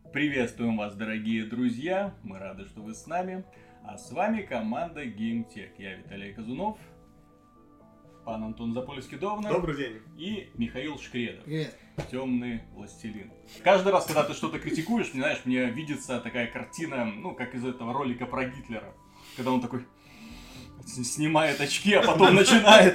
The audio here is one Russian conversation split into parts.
Приветствуем вас, дорогие друзья, мы рады, что вы с нами. А с вами команда GameTech. Я Виталий Казунов, пан Антон Запольский-Довнер. Добрый день. И Михаил Шкредов. Привет. Темный властелин. Каждый раз, когда ты что-то критикуешь, мне видится такая картина, как из этого ролика про Гитлера. Когда он такой снимает очки, а потом начинает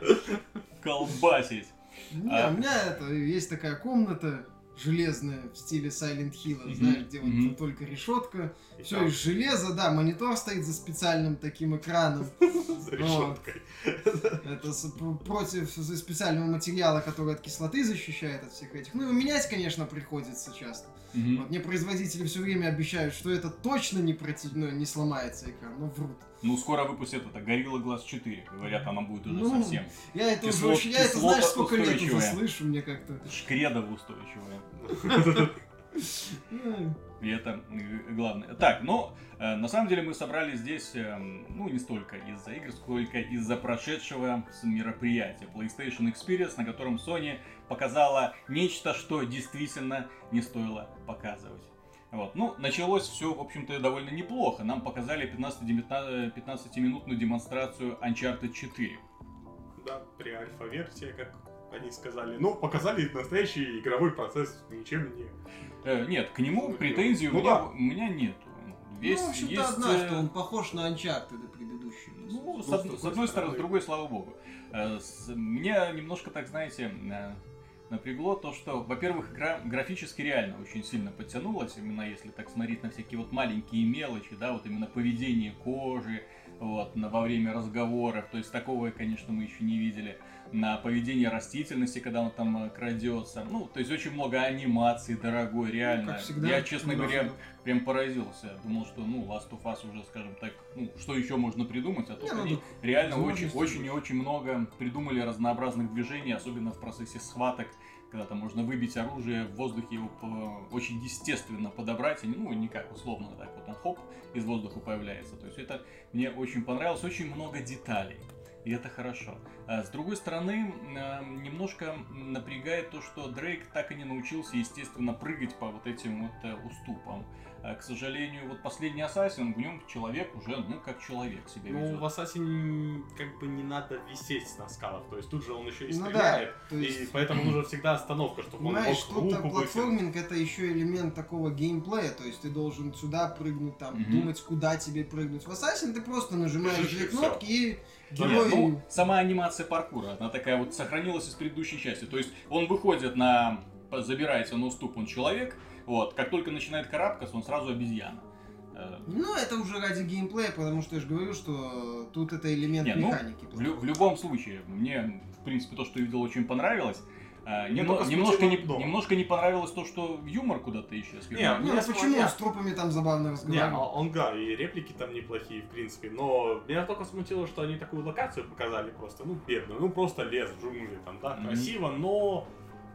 колбасить. У меня есть такая комната железная в стиле Silent Hill, знаешь, где вот только решетка, все из железа, да, монитор стоит за специальным таким экраном. За решеткой. Это против специального материала, который от кислоты защищает от всех этих. Ну и менять, конечно, приходится часто. Вот мне производители все время обещают, что это точно не сломается экран, но врут. Скоро выпустят это Gorilla Glass 4. Говорят, она будет уже совсем. Я это знаешь, сколько лет уже слышу, мне как-то. Шкредово устойчивая. И это главное. Так, на самом деле мы собрались здесь, не столько из-за игр, сколько из-за прошедшего мероприятия PlayStation Experience, на котором Sony показала нечто, что действительно не стоило показывать. Началось все, в общем-то, довольно неплохо. Нам показали 15-минутную демонстрацию Uncharted 4. Да, при альфа-версии, как они сказали. Показали настоящий игровой процесс, ничем не... Нет, к нему претензий у меня нету. В общем-то, одна, что он похож на Uncharted предыдущего. С одной стороны, с другой, слава богу. Меня немножко, так знаете, напрягло то, что, во-первых, игра графически реально очень сильно подтянулась, именно если так смотреть на всякие маленькие мелочи, да, именно поведение кожи, во время разговоров, то есть такого, конечно, мы еще не видели, на поведение растительности, когда он там крадется, то есть очень много анимации дорогой, реально. Как всегда. Я, честно говоря, прям поразился, думал, что, Last of Us уже, скажем так, что еще можно придумать, а тут они реально очень и очень много придумали разнообразных движений, особенно в процессе схваток, когда там можно выбить оружие в воздухе, его очень естественно подобрать, и не как условно так он хоп, из воздуха появляется. То есть это мне очень понравилось, очень много деталей. И это хорошо. А с другой стороны, немножко напрягает то, что Дрейк так и не научился, естественно, прыгать по этим уступам. К сожалению, последний Ассасин, в нем человек уже, как человек себя ведет. В Ассасине не надо висеть на скалах, то есть тут же он еще и стреляет, и поэтому нужна всегда остановка, чтобы он мог руку выкинуть. Платформинг — это еще элемент такого геймплея, то есть ты должен сюда прыгнуть, думать, куда тебе прыгнуть. В Ассасин ты просто нажимаешь две кнопки и... Нет, сама анимация паркура, она такая сохранилась из предыдущей части. То есть он выходит забирается на уступ, он человек, как только начинает карабкаться, он сразу обезьяна. Это уже ради геймплея, потому что я же говорю, что тут это элемент механики. В любом случае, мне, в принципе, то, что я видел, очень понравилось. Немножко не понравилось то, что юмор куда-то исчез. Почему с трупами там забавно разговаривают? И реплики там неплохие, в принципе, но меня только смутило, что они такую локацию показали просто, бедную, просто лес в джунгли, красиво, но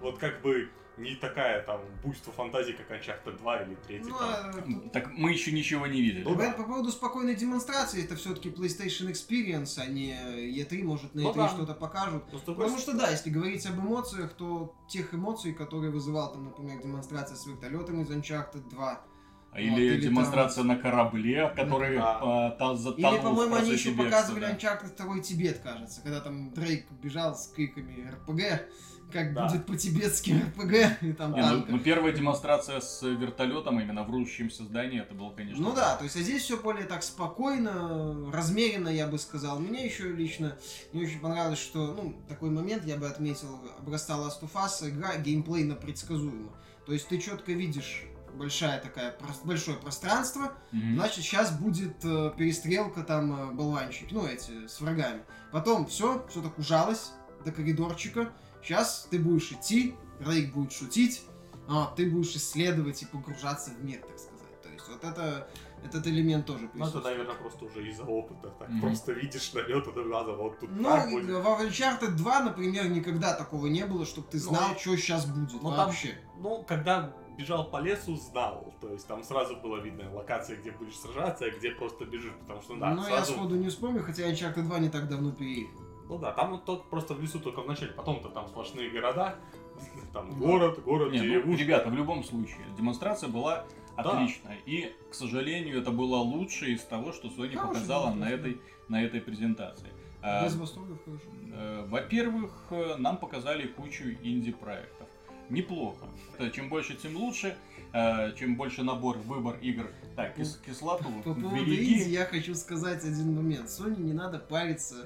не такая буйство фантазии, как Uncharted 2 или 3. Так мы еще ничего не видели. По поводу спокойной демонстрации, это все-таки PlayStation Experience, а не E3, может на E3 что-то покажут. Потому что если говорить об эмоциях, то тех эмоций, которые вызывал, например, демонстрация с вертолетом из Uncharted 2, или демонстрация на корабле, который затонул. Или, по-моему, они еще показывали Uncharted 2 Тибет, кажется, когда там Дрейк бежал с криками РПГ, как будет по-тибетски РПГ, и там первая демонстрация с вертолетом именно в рушащемся здании, это было, конечно... то есть, а здесь все более так спокойно, размеренно, я бы сказал. Мне еще лично не очень понравилось, что, такой момент, я бы отметил, обрастала Last of Us игра геймплейно предсказуемо. То есть, ты четко видишь большое пространство, значит, сейчас будет перестрелка болванчик, с врагами. Потом все так ужалось до коридорчика. Сейчас ты будешь идти, Дрейк будет шутить, ты будешь исследовать и погружаться в мир, так сказать. То есть этот элемент тоже присутствует. Это, наверное, просто уже из-за опыта. Просто видишь налет от глаза, тут так будет. В Uncharted 2, например, никогда такого не было, чтобы ты знал, что сейчас будет вообще. Когда бежал по лесу, знал. То есть там сразу было видно локация, где будешь сражаться, а где просто бежишь, потому что я сходу не вспомню, хотя Uncharted 2 не так давно переехал. Ну да, там вот только просто в лесу только в начале, потом-то там сплошные города, там город, деревушка. Ребята, в любом случае, демонстрация была отличная. И, к сожалению, это было лучшее из того, что Sony показала на этой презентации. Без восторгов, конечно. Во-первых, нам показали кучу инди-проектов. Неплохо. Чем больше, тем лучше. Чем больше выбор игр. Так, кислоту По поводу береги. инди я хочу сказать один момент. Sony не надо париться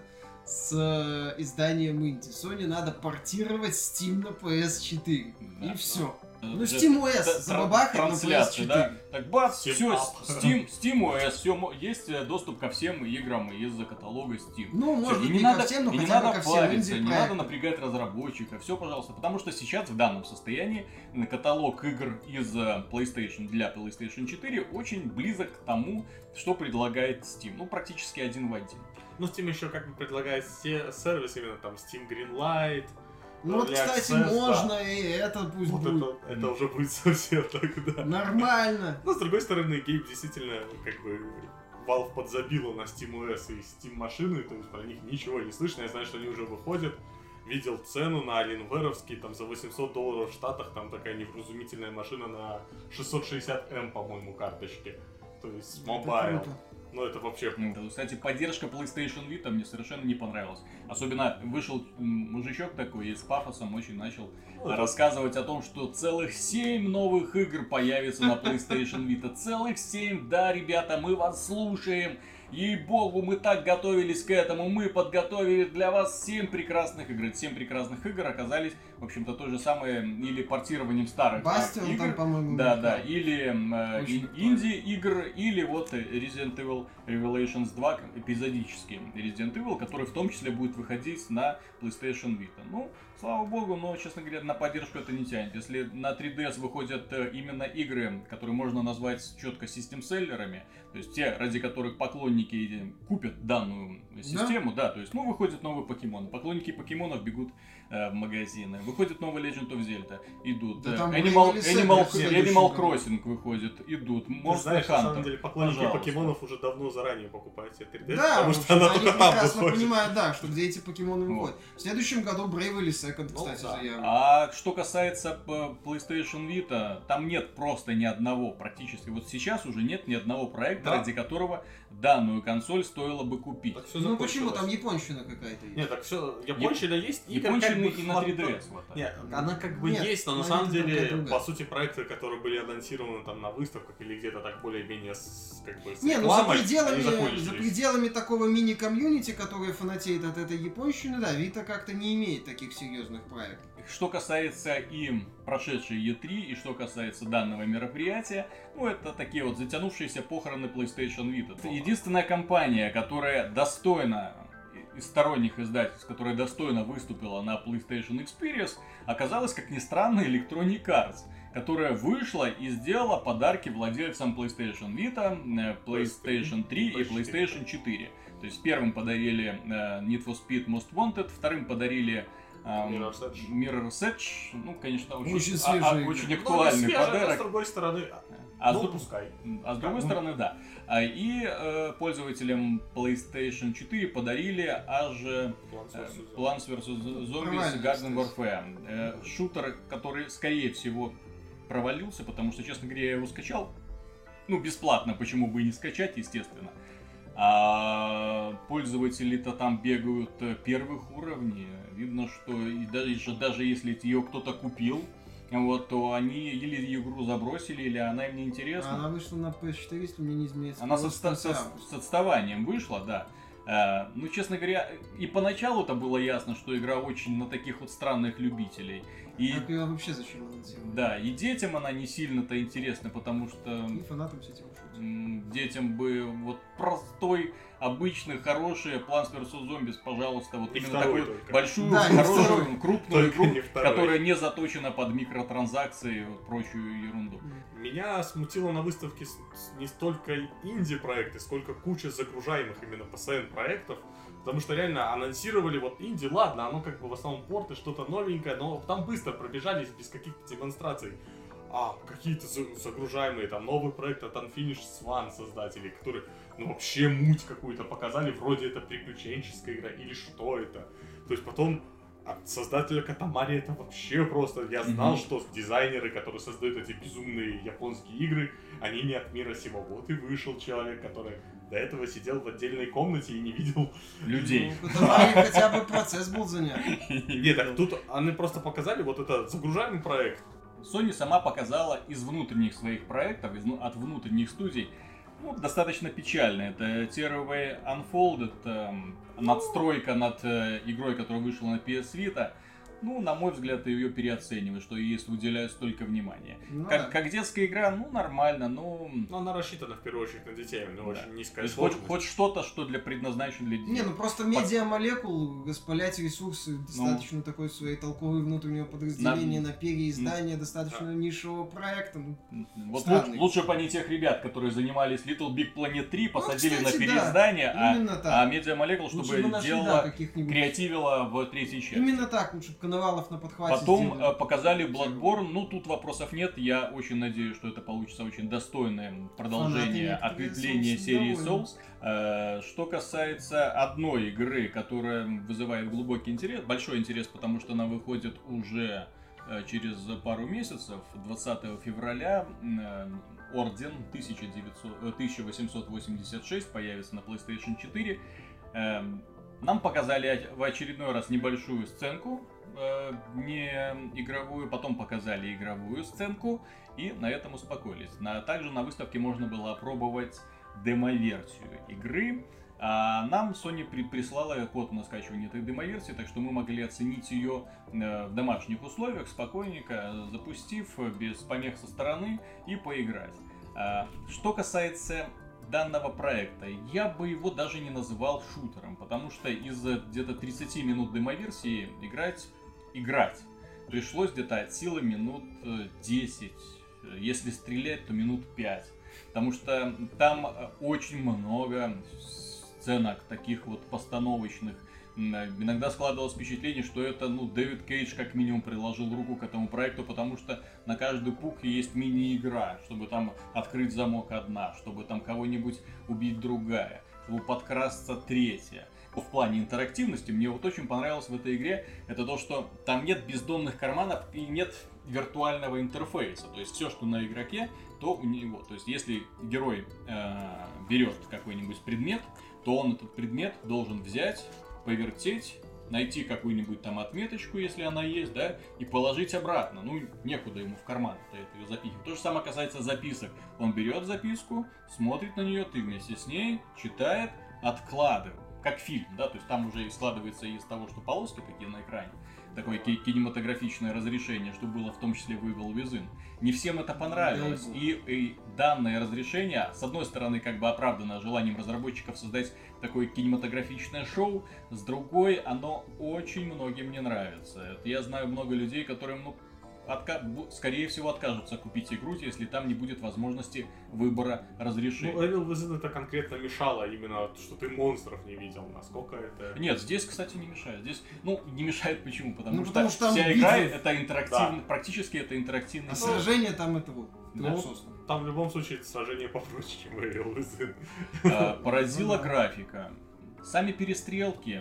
с изданием инди. Sony надо портировать Steam на PS4. Да, и все. Ну, Just SteamOS забабахать на трансляция, да? PS4. Так бац, все, Steam SteamOS, все, есть доступ ко всем играм из-за каталога Steam. Ну, может быть, не не надо, ко всем, но и не хотя бы надо ко всем париться, не надо инди-проектам. напрягать разработчика, все, пожалуйста. Потому что сейчас в данном состоянии каталог игр из PlayStation для PlayStation 4 очень близок к тому, что предлагает Steam. Ну, практически один в один. Ну, Steam еще как бы предлагает сервис, именно там Steam Greenlight. Ну вот, для кстати, Access, можно, и это пусть Вот будет. это уже будет совсем тогда. Нормально. Но с другой стороны, Гейб действительно как бы Valve подзабила на SteamOS и Steam машины, то есть про них ничего не слышно. Я знаю, что они уже выходят. Видел цену на Alienware'овский, там за $800 в Штатах, там такая невразумительная машина на 660M, по-моему, карточки. То есть мобайл. круто. Ну это вообще... Кстати, поддержка PlayStation Vita мне совершенно не понравилась. Особенно вышел мужичок такой и с пафосом очень начал рассказывать о том, что целых 7 новых игр появится на PlayStation Vita. Целых 7, да, ребята, мы вас слушаем. Ей-богу, мы так готовились к этому, мы подготовили для вас 7 прекрасных игр. Эти 7 прекрасных игр оказались, в общем-то, то же самое, или портированием старых Bastion игр. там, по-моему, Да, или Очень инди-игр, или вот Resident Evil Revelations 2, эпизодический Resident Evil, который в том числе будет выходить на PlayStation Vita. Ну, слава богу, но, честно говоря, на поддержку это не тянет. Если на 3DS выходят именно игры, которые можно назвать четко систем-селлерами, то есть те, ради которых поклонники купят данную систему, да, то есть, ну, выходят новые покемоны. Поклонники покемонов бегут в магазины. Выходит новый Legend of Zelda, идут. Да там Animal Crossing выходит, идут. Ты Monster знаешь, на самом Hunter. деле, поклонники Пожалуйста. покемонов уже давно заранее покупают себе 3DS, Да, потому в что общем, она они только там прекрасно выходит. понимают, да, что где эти покемоны Вот. выходят. В следующем году Bravely Second, Ну, кстати, да. заявлен. А что касается PlayStation Vita, там нет просто ни одного практически. Вот сейчас уже нет ни одного проекта, Да. ради которого данную консоль стоило бы купить. Так всё Ну почему, закончилось. там японщина какая-то есть. Нет, так все, японщина есть, игр Японщины как бы и на 3DS хватает. Нет, она как бы Нет, есть, но на она самом не такая деле, другая. по сути, проекты, которые были анонсированы там на выставках или где-то так более-менее как бы с Не, ну за рекламой, они пределами закончились. такого мини-комьюнити, которое фанатеет от этой японщины, да, Vita как-то не имеет таких серьезных проектов. Что касается и прошедшей E3, и что касается данного мероприятия, ну это такие вот затянувшиеся похороны PlayStation Vita. Это единственная компания, которая достойна из сторонних издательств, которая достойно выступила на PlayStation Experience, оказалась, как ни странно, Electronic Arts, которая вышла и сделала подарки владельцам PlayStation Vita, PlayStation 3 и PlayStation 4. То есть первым подарили Need for Speed Most Wanted, вторым подарили Mirror's Edge, ну, конечно, Очень свежий. очень Ну, актуальный свежая, но подарок. с другой стороны, А ну, с- пускай. А с другой стороны, да. И пользователям PlayStation 4 подарили аж Plants vs. Zombies Правильно, Garden кстати. Warfare. Шутер, который, скорее всего, провалился, потому что, честно говоря, я его скачал. Ну, бесплатно, почему бы и не скачать, естественно. А пользователи-то там бегают первых уровней. Видно, что и даже если ее кто-то купил, вот, то они или игру забросили, или она им не интересна. Она вышла на PS4, если мне не изменяется. Она память, в конце с августа. отставанием вышла, да. Ну, честно говоря, и поначалу-то было ясно, что игра очень на таких вот странных любителей. И, Так ее вообще зачем анонсировать? да, и детям она не сильно-то интересна, потому что И фанатам с этим шутить. детям бы вот простой, обычный, хороший Plants vs. Zombies, пожалуйста, вот Не именно второй такую только. большую, Да, не хорошую, второй. крупную Только игру, не второй. которая не заточена под микротранзакции и вот прочую ерунду. Меня смутило на выставке не столько инди-проекты, сколько куча загружаемых именно PSN-проектов. Потому что реально анонсировали вот инди, ладно, оно как бы в основном порты, что-то новенькое, но там быстро пробежались без каких-то демонстраций. какие-то загружаемые, там, новый проект от Unfinished Swan создателей, которые, ну, вообще муть какую-то показали, вроде это приключенческая игра, или что это. То есть потом от создателя Катамари это вообще просто... Я знал, что дизайнеры, которые создают эти безумные японские игры, они не от мира сего. Вот и вышел человек, который до этого сидел в отдельной комнате и не видел людей. Ну, Катамари хотя бы процесс был занят. Нет, так тут они просто показали вот этот загружаемый проект. Sony сама показала из внутренних своих проектов, от внутренних студий, ну, достаточно печально. Это Tearaway Unfolded, надстройка над игрой, которая вышла на PS Vita. Ну, на мой взгляд, ее переоценивают, что ей уделяют столько внимания. Ну, как детская игра, ну, нормально, но... Но она рассчитана, в первую очередь, на детей, у нее очень низкая сложность. Хоть что-то, что предназначено для детей. Не, ну просто медиамолекул, распылять ресурсы, достаточно такой своей толковой внутреннего подразделения на переиздание достаточно нишевого проекта. Вот лучше бы они тех ребят, которые занимались Little Big Planet 3, посадили на переиздание, а медиамолекул, чтобы делала, креативила в третьей части. Именно так, лучше бы Коновалов на подхвате. Потом показали Bloodborne, ну тут вопросов нет, я очень надеюсь, что это получится очень достойное продолжение ответвления серии Souls. Что касается одной игры, которая вызывает глубокий интерес, большой интерес, потому что она выходит уже через пару месяцев, 20 февраля, Орден 1886 появится на PlayStation 4. Нам показали в очередной раз небольшую сценку, не игровую, потом показали игровую сценку и на этом успокоились. Также на выставке можно было опробовать демо-версию игры. А нам Sony прислала код на скачивание этой демо-версии, так что мы могли оценить ее в домашних условиях, спокойненько, запустив, без помех со стороны и поиграть. Что касается данного проекта, я бы его даже не называл шутером, потому что из где-то 30 минут демо-версии играть пришлось где-то от силы минут 10, если стрелять, то минут 5, потому что там очень много сценок таких вот постановочных. Иногда складывалось впечатление, что это, Дэвид Кейдж как минимум приложил руку к этому проекту, потому что на каждый пук есть мини-игра, чтобы там открыть замок одна, чтобы там кого-нибудь убить другая, чтобы подкрасться третья. В плане интерактивности мне вот очень понравилось в этой игре, это то, что там нет бездонных карманов и нет виртуального интерфейса. То есть все, что на игроке, то у него. То есть если герой берет какой-нибудь предмет, то он этот предмет должен взять, повертеть, найти какую-нибудь там отметочку, если она есть, да, и положить обратно. Ну, некуда ему в карман-то это ее запихивать. То же самое касается записок. Он берет записку, смотрит на нее, ты вместе с ней, читает, откладывает. Как фильм, да, то есть там уже складывается из того, что полоски такие на экране, такое кинематографичное разрешение, что было в том числе в Evil Within. Не всем это понравилось, и данное разрешение, с одной стороны, как бы оправдано желанием разработчиков создать такое кинематографичное шоу, с другой, оно очень многим не нравится. Я знаю много людей, которым, скорее всего, откажутся купить игру, если там не будет возможности выбора разрешения. Ну, Evil Within это конкретно мешало, именно что ты монстров не видел, насколько это... Нет, здесь, кстати, не мешает. Здесь, не мешает почему? Потому что вся игра это интерактивно, практически это интерактивный. А сражение там это там в любом случае это сражение попроще, чем Evil Within. Поразила графика. Сами перестрелки...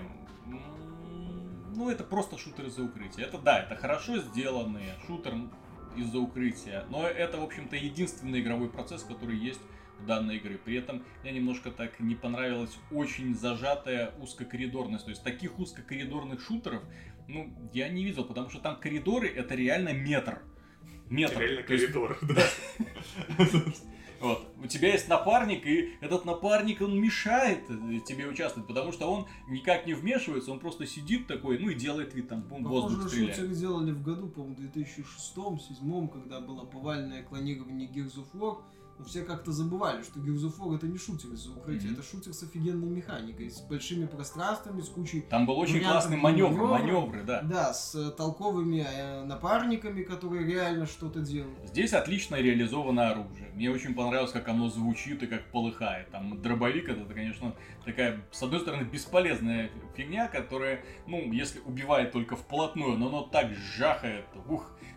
это просто шутер из-за укрытия. Это хорошо сделанный шутер из-за укрытия, но это, в общем-то, единственный игровой процесс, который есть в данной игре. При этом мне немножко так не понравилась очень зажатая узкокоридорность. То есть таких узкокоридорных шутеров, я не видел, потому что там коридоры — это реально метр. Реально коридор, да. Вот. У тебя есть напарник, и этот напарник, он мешает тебе участвовать, потому что он никак не вмешивается, он просто сидит такой, и делает вид, там, воздух стреляет. Шутер сделали в году, по-моему, 2006-2007, когда было повальное клонирование Gears of War. Но все как-то забывали, что Gears of War это не шутер из-за укрытия, это шутер с офигенной механикой, с большими пространствами, с кучей... Там был очень классный маневры, да. Да, с толковыми напарниками, которые реально что-то делают. Здесь отлично реализовано оружие. Мне очень понравилось, как оно звучит и как полыхает. Там дробовик это, конечно, такая, с одной стороны, бесполезная фигня, которая, если убивает только вплотную, но оно так жахает,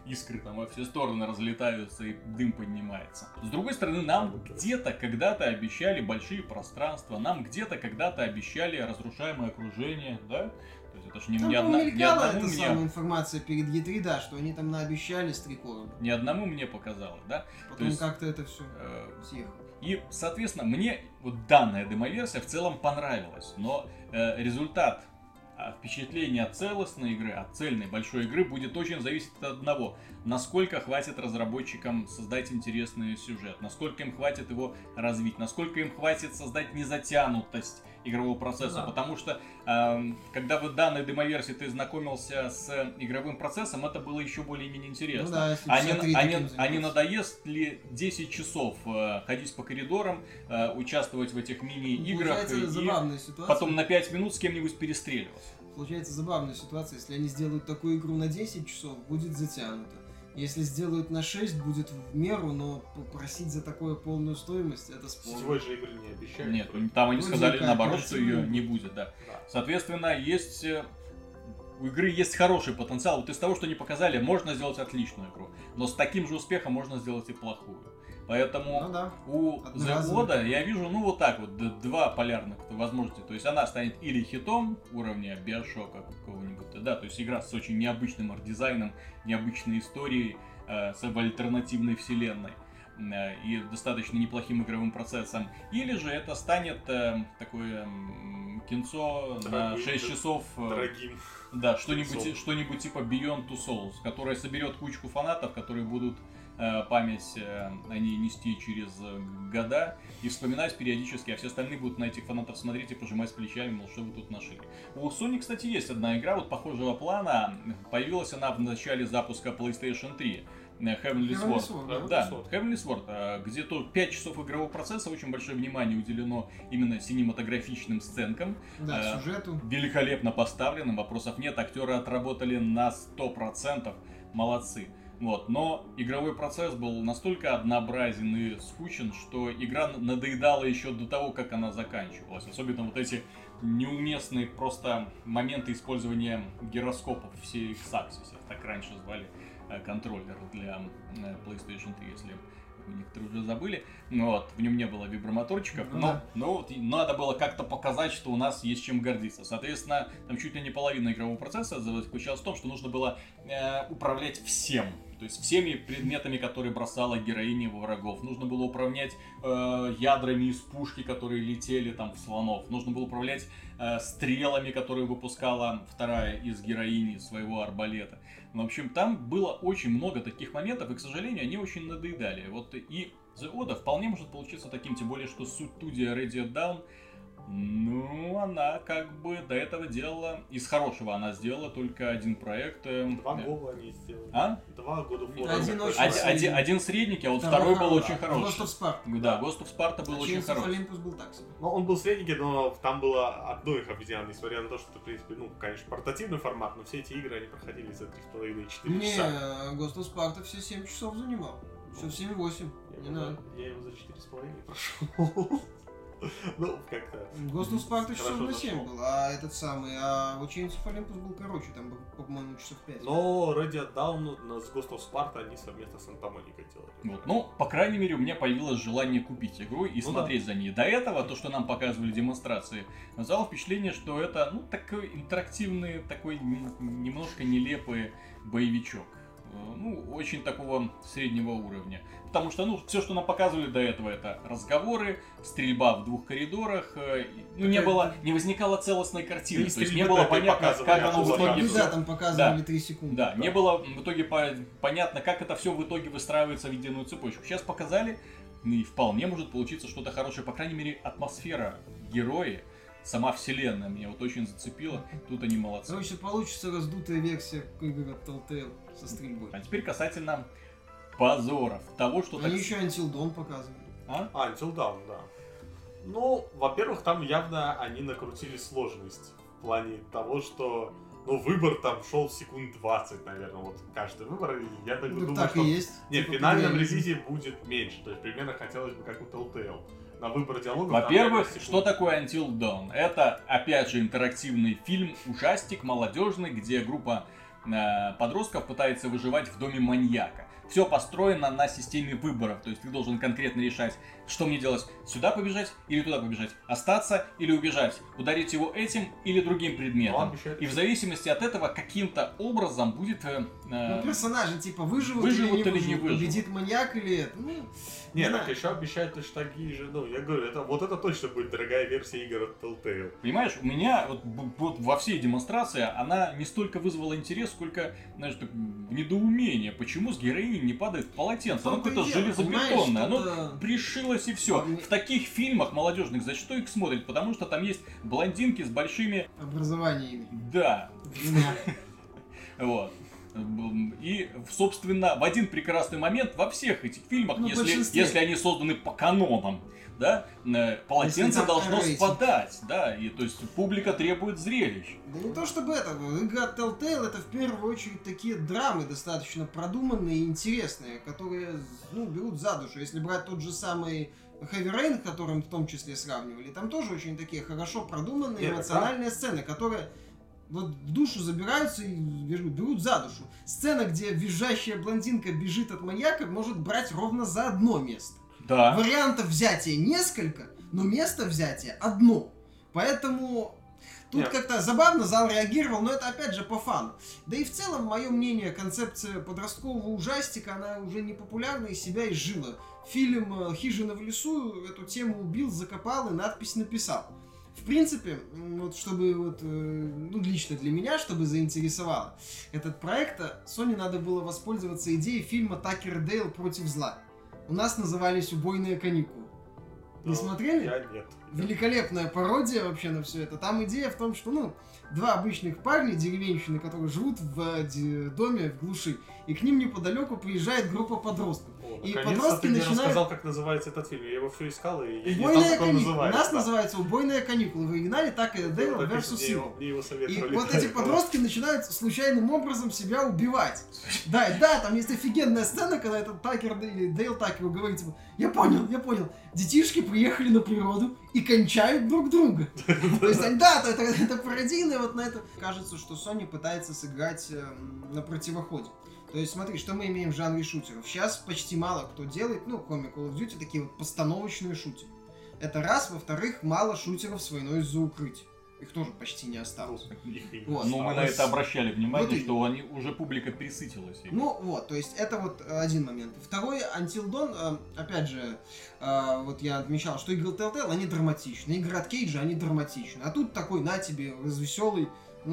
искры там во все стороны разлетаются и дым поднимается. С другой стороны, нам где-то когда-то обещали большие пространства, нам где-то когда-то обещали разрушаемое окружение, да? То есть это ж не одному мне... самая информация перед E3, да, что они там наобещали с 3 короба. Не одному мне показалось, да? Потом есть, как-то это все съехало. И, соответственно, мне вот данная демоверсия в целом понравилась, но результат впечатление от целостной игры, от цельной большой игры будет очень зависеть от одного. Насколько хватит разработчикам создать интересный сюжет, насколько им хватит его развить, насколько им хватит создать незатянутость игрового процесса. Да. Потому что, когда в данной демоверсии ты знакомился с игровым процессом, это было еще более-менее интересно. Ну да, не надоест ли 10 часов ходить по коридорам, участвовать в этих мини-играх и потом на 5 минут с кем-нибудь перестреливаться? Получается забавная ситуация. Если они сделают такую игру на 10 часов, будет затянуто. Если сделают на 6, будет в меру, но попросить за такую полную стоимость, это спорно. Сетевой же игры не обещают. Нет, там они сказали наоборот, что ее не будет, да. Соответственно, у игры есть хороший потенциал. Вот из того, что они показали, можно сделать отличную игру. Но с таким же успехом можно сделать и плохую. Поэтому у The Oda я вижу, вот так вот, два полярных возможности. То есть она станет или хитом уровня Биошока какого-нибудь, да, то есть игра с очень необычным арт-дизайном, необычной историей, с альтернативной вселенной и достаточно неплохим игровым процессом. Или же это станет такое кинцо на 6 часов. Дорогим. Да, что-нибудь типа Beyond Two Souls, которое соберет кучку фанатов, которые будут память о ней нести через года и вспоминать периодически, а все остальные будут на этих фанатов смотреть и пожимать плечами, мол, что вы тут нашли. У Sony, кстати, есть одна игра вот похожего плана. Появилась она в начале запуска PlayStation 3. Heavenly Sword. Да, Heavenly Sword, где тоже 5 часов игрового процесса, очень большое внимание уделено именно синематографичным сценкам. Да, сюжету. Великолепно поставленным, вопросов нет, актеры отработали на 100%, молодцы. Вот. Но игровой процесс был настолько однообразен и скучен, что игра надоедала еще до того, как она заканчивалась. Особенно вот эти неуместные просто моменты использования гироскопов в Series Axis, так раньше звали контроллер для PlayStation 3, если некоторые уже забыли. Вот, в нем не было вибромоторчиков, но надо было как-то показать, что у нас есть чем гордиться. Соответственно, там чуть ли не половина игрового процесса заключалась в том, что нужно было управлять всем. То есть всеми предметами, которые бросала героиня во врагов. Нужно было управлять ядрами из пушки, которые летели там в слонов. Нужно было управлять стрелами, которые выпускала вторая из героини своего арбалета. В общем, там было очень много таких моментов, и, к сожалению, они очень надоедали. Вот и The Oda вполне может получиться таким, тем более, что студия Ready Down, она как бы до этого делала, из хорошего она сделала только один проект. 2 года они сделали. 2 года. Один средненький, а вот второй был очень хороший. Ghost of Sparta. Да, Ghost of Sparta был очень хороший. Olympus был так себе. Ну, он был средненький, но там было одно их объединено, несмотря на то, что, в принципе, конечно, портативный формат, но все эти игры, они проходили за 3,5-4 часа. Не, Ghost of Sparta все 7 часов занимал. Все в 7-8. Я его за 4,5 прошел. Ну, как-то. Ghost of Sparta часов на 7 был, а этот самый, а вот Chains of Olympus был короче, там был, по-моему, часов 5. Но Ready Down с Ghost of Sparta они совместно с Santa Monica делали. Вот. Ну, по крайней мере, у меня появилось желание купить игру и смотреть за ней. До этого, то, что нам показывали демонстрации, назвало впечатление, что это, такой интерактивный, такой немножко нелепый боевичок. Очень такого среднего уровня. Потому что, все, что нам показывали до этого, это разговоры, стрельба в 2 коридорах, не возникало целостной картины. То есть не было понятно, как оно в итоге... Да, там показывали 3 секунды. Да, не было в итоге понятно, как это все в итоге выстраивается в единую цепочку. Сейчас показали, и вполне может получиться что-то хорошее. По крайней мере, атмосфера, герои, сама вселенная меня вот очень зацепила. Тут они молодцы. Короче, получится раздутая версия игры от Telltale со стрельбой. А теперь касательно позоров. Того, что... Они еще Until Dawn показывали. Until Dawn, да. Ну, во-первых, там явно они накрутили сложность. В плане того, что... выбор там шел секунд 20, наверное, вот каждый выбор. И я думаю, так что... и есть. Нет, в финальном релизе будет меньше. То есть примерно хотелось бы как у Telltale. На выбор диалога. Во-первых, что такое Until Dawn? Это, опять же, интерактивный фильм, ужастик, молодежный, где группа подростков пытается выживать в доме маньяка. Все построено на системе выборов, то есть ты должен конкретно решать, что мне делать, сюда побежать или туда побежать, остаться или убежать, ударить его этим или другим предметом. И в зависимости от этого каким-то образом будет... персонажи типа выживут или не выживут, победит маньяк или это. Нет, так еще обещают точно такие же, я говорю, это точно будет дорогая версия игр от Telltale. Понимаешь, у меня вот во всей демонстрации она не столько вызвала интерес, сколько, знаешь, недоумение, почему с героиней не падает полотенце, оно какое-то железобетонное, оно пришилось и все. В таких фильмах молодежных зачастую их смотрят, потому что там есть блондинки с большими... образованиями. Да. Вот. И, собственно, в один прекрасный момент во всех этих фильмах, если они созданы по канонам, да, полотенце должно спадать, да, и то есть публика требует зрелищ. Да не то чтобы это, игра Telltale это в первую очередь такие драмы достаточно продуманные и интересные, которые, берут за душу. Если брать тот же самый Heavy Rain, которым в том числе сравнивали, там тоже очень такие хорошо продуманные эмоциональные сцены, которые... вот в душу забираются и берут за душу. Сцена, где визжащая блондинка бежит от маньяка, может брать ровно за одно место. Да. Вариантов взятия несколько, но место взятия одно. Поэтому тут как-то забавно зал реагировал, но это опять же по фану. Да и в целом, мое мнение, концепция подросткового ужастика, она уже не популярна и себя изжила. Фильм «Хижина в лесу» эту тему убил, закопал и надпись написал. В принципе, чтобы лично для меня, чтобы заинтересовало этот проект, Sony надо было воспользоваться идеей фильма «Такер и Дейл против зла». У нас назывались «Убойные каникулы». Не смотрели? Я нет. Великолепная пародия вообще на все это. Там идея в том, что, два обычных парня, деревенщины, которые живут в доме в глуши, и к ним неподалеку приезжает группа подростков. И подростки начинают... рассказал, как называется этот фильм. Я его все искал, и я не знал, как он называется. У нас называется «Убойные каникулы». В оригинале «Так и Дейл versus Evil». И вот эти подростки начинают случайным образом себя убивать. Да, там есть офигенная сцена, когда этот Такер или Дейл Такеру говорит, я понял. Детишки приехали на природу и кончают друг друга. То есть, это пародийно, вот на это. Кажется, что Sony пытается сыграть на противоходе. То есть, смотри, что мы имеем в жанре шутеров. Сейчас почти мало кто делает, кроме Call of Duty, такие вот постановочные шутеры. Это раз. Во-вторых, мало шутеров с войной за укрытие. Их тоже почти не осталось. Но мы на это обращали внимание, что уже публика присытилась. То есть это вот один момент. Второй, Until Dawn, опять же, вот я отмечал, что игры Telltale, они драматичны. Игры от Кейджа, они драматичны. А тут такой, на тебе, развеселый,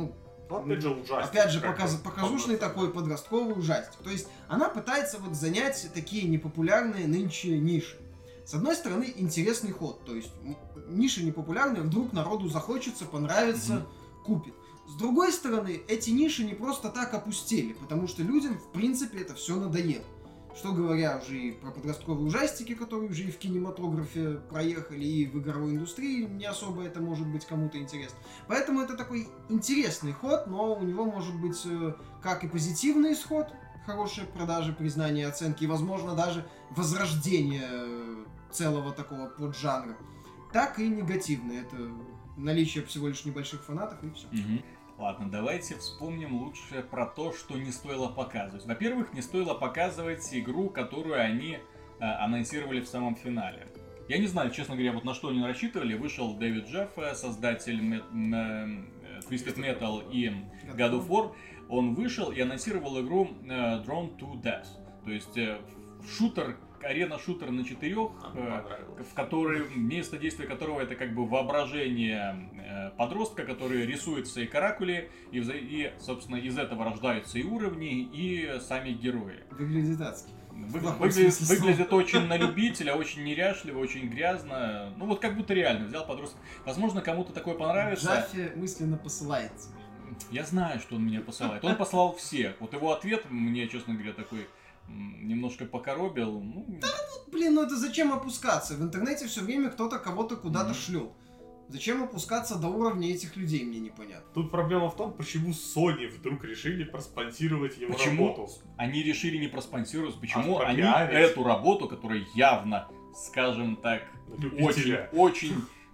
опять же, показушный такой подростковый ужастик. То есть она пытается занять такие непопулярные нынче ниши. С одной стороны, интересный ход. То есть ниши непопулярные, вдруг народу захочется, понравится, купит. С другой стороны, эти ниши не просто так опустели, потому что людям, в принципе, это все надоело. Что говоря уже и про подростковые ужастики, которые уже и в кинематографе проехали, и в игровой индустрии не особо это может быть кому-то интересно. Поэтому это такой интересный ход, но у него может быть как и позитивный исход, хорошие продажи, признание, оценки, и, возможно, даже возрождение целого такого поджанра, так и негативный. Это наличие всего лишь небольших фанатов и все. Ладно, давайте вспомним лучше про то, что не стоило показывать. Во-первых, не стоило показывать игру, которую они анонсировали в самом финале. Я не знаю, честно говоря, на что они рассчитывали. Вышел Дэвид Джефф, создатель Twisted Metal и God of War. Он вышел и анонсировал игру Drawn to Death. То есть шутер, арена-шутер на 4, в которой место действия которого это как бы воображение подростка, который рисует свои каракули, и, собственно, из этого рождаются и уровни, и сами герои. Выглядит адски. Выглядит очень на любителя, очень неряшливо, очень грязно. Как будто реально взял подростка. Возможно, кому-то такое понравится. Джаффи мысленно посылает тебе. Я знаю, что он меня посылает. Он послал всех. Вот его ответ мне, честно говоря, такой... немножко покоробил. Это зачем опускаться? В интернете все время кто-то кого-то куда-то шлет. Зачем опускаться до уровня этих людей, мне непонятно. Тут проблема в том, почему Sony вдруг решили проспонсировать его работу. Они решили не проспонсировать, почему они эту работу, которая явно, скажем так, очень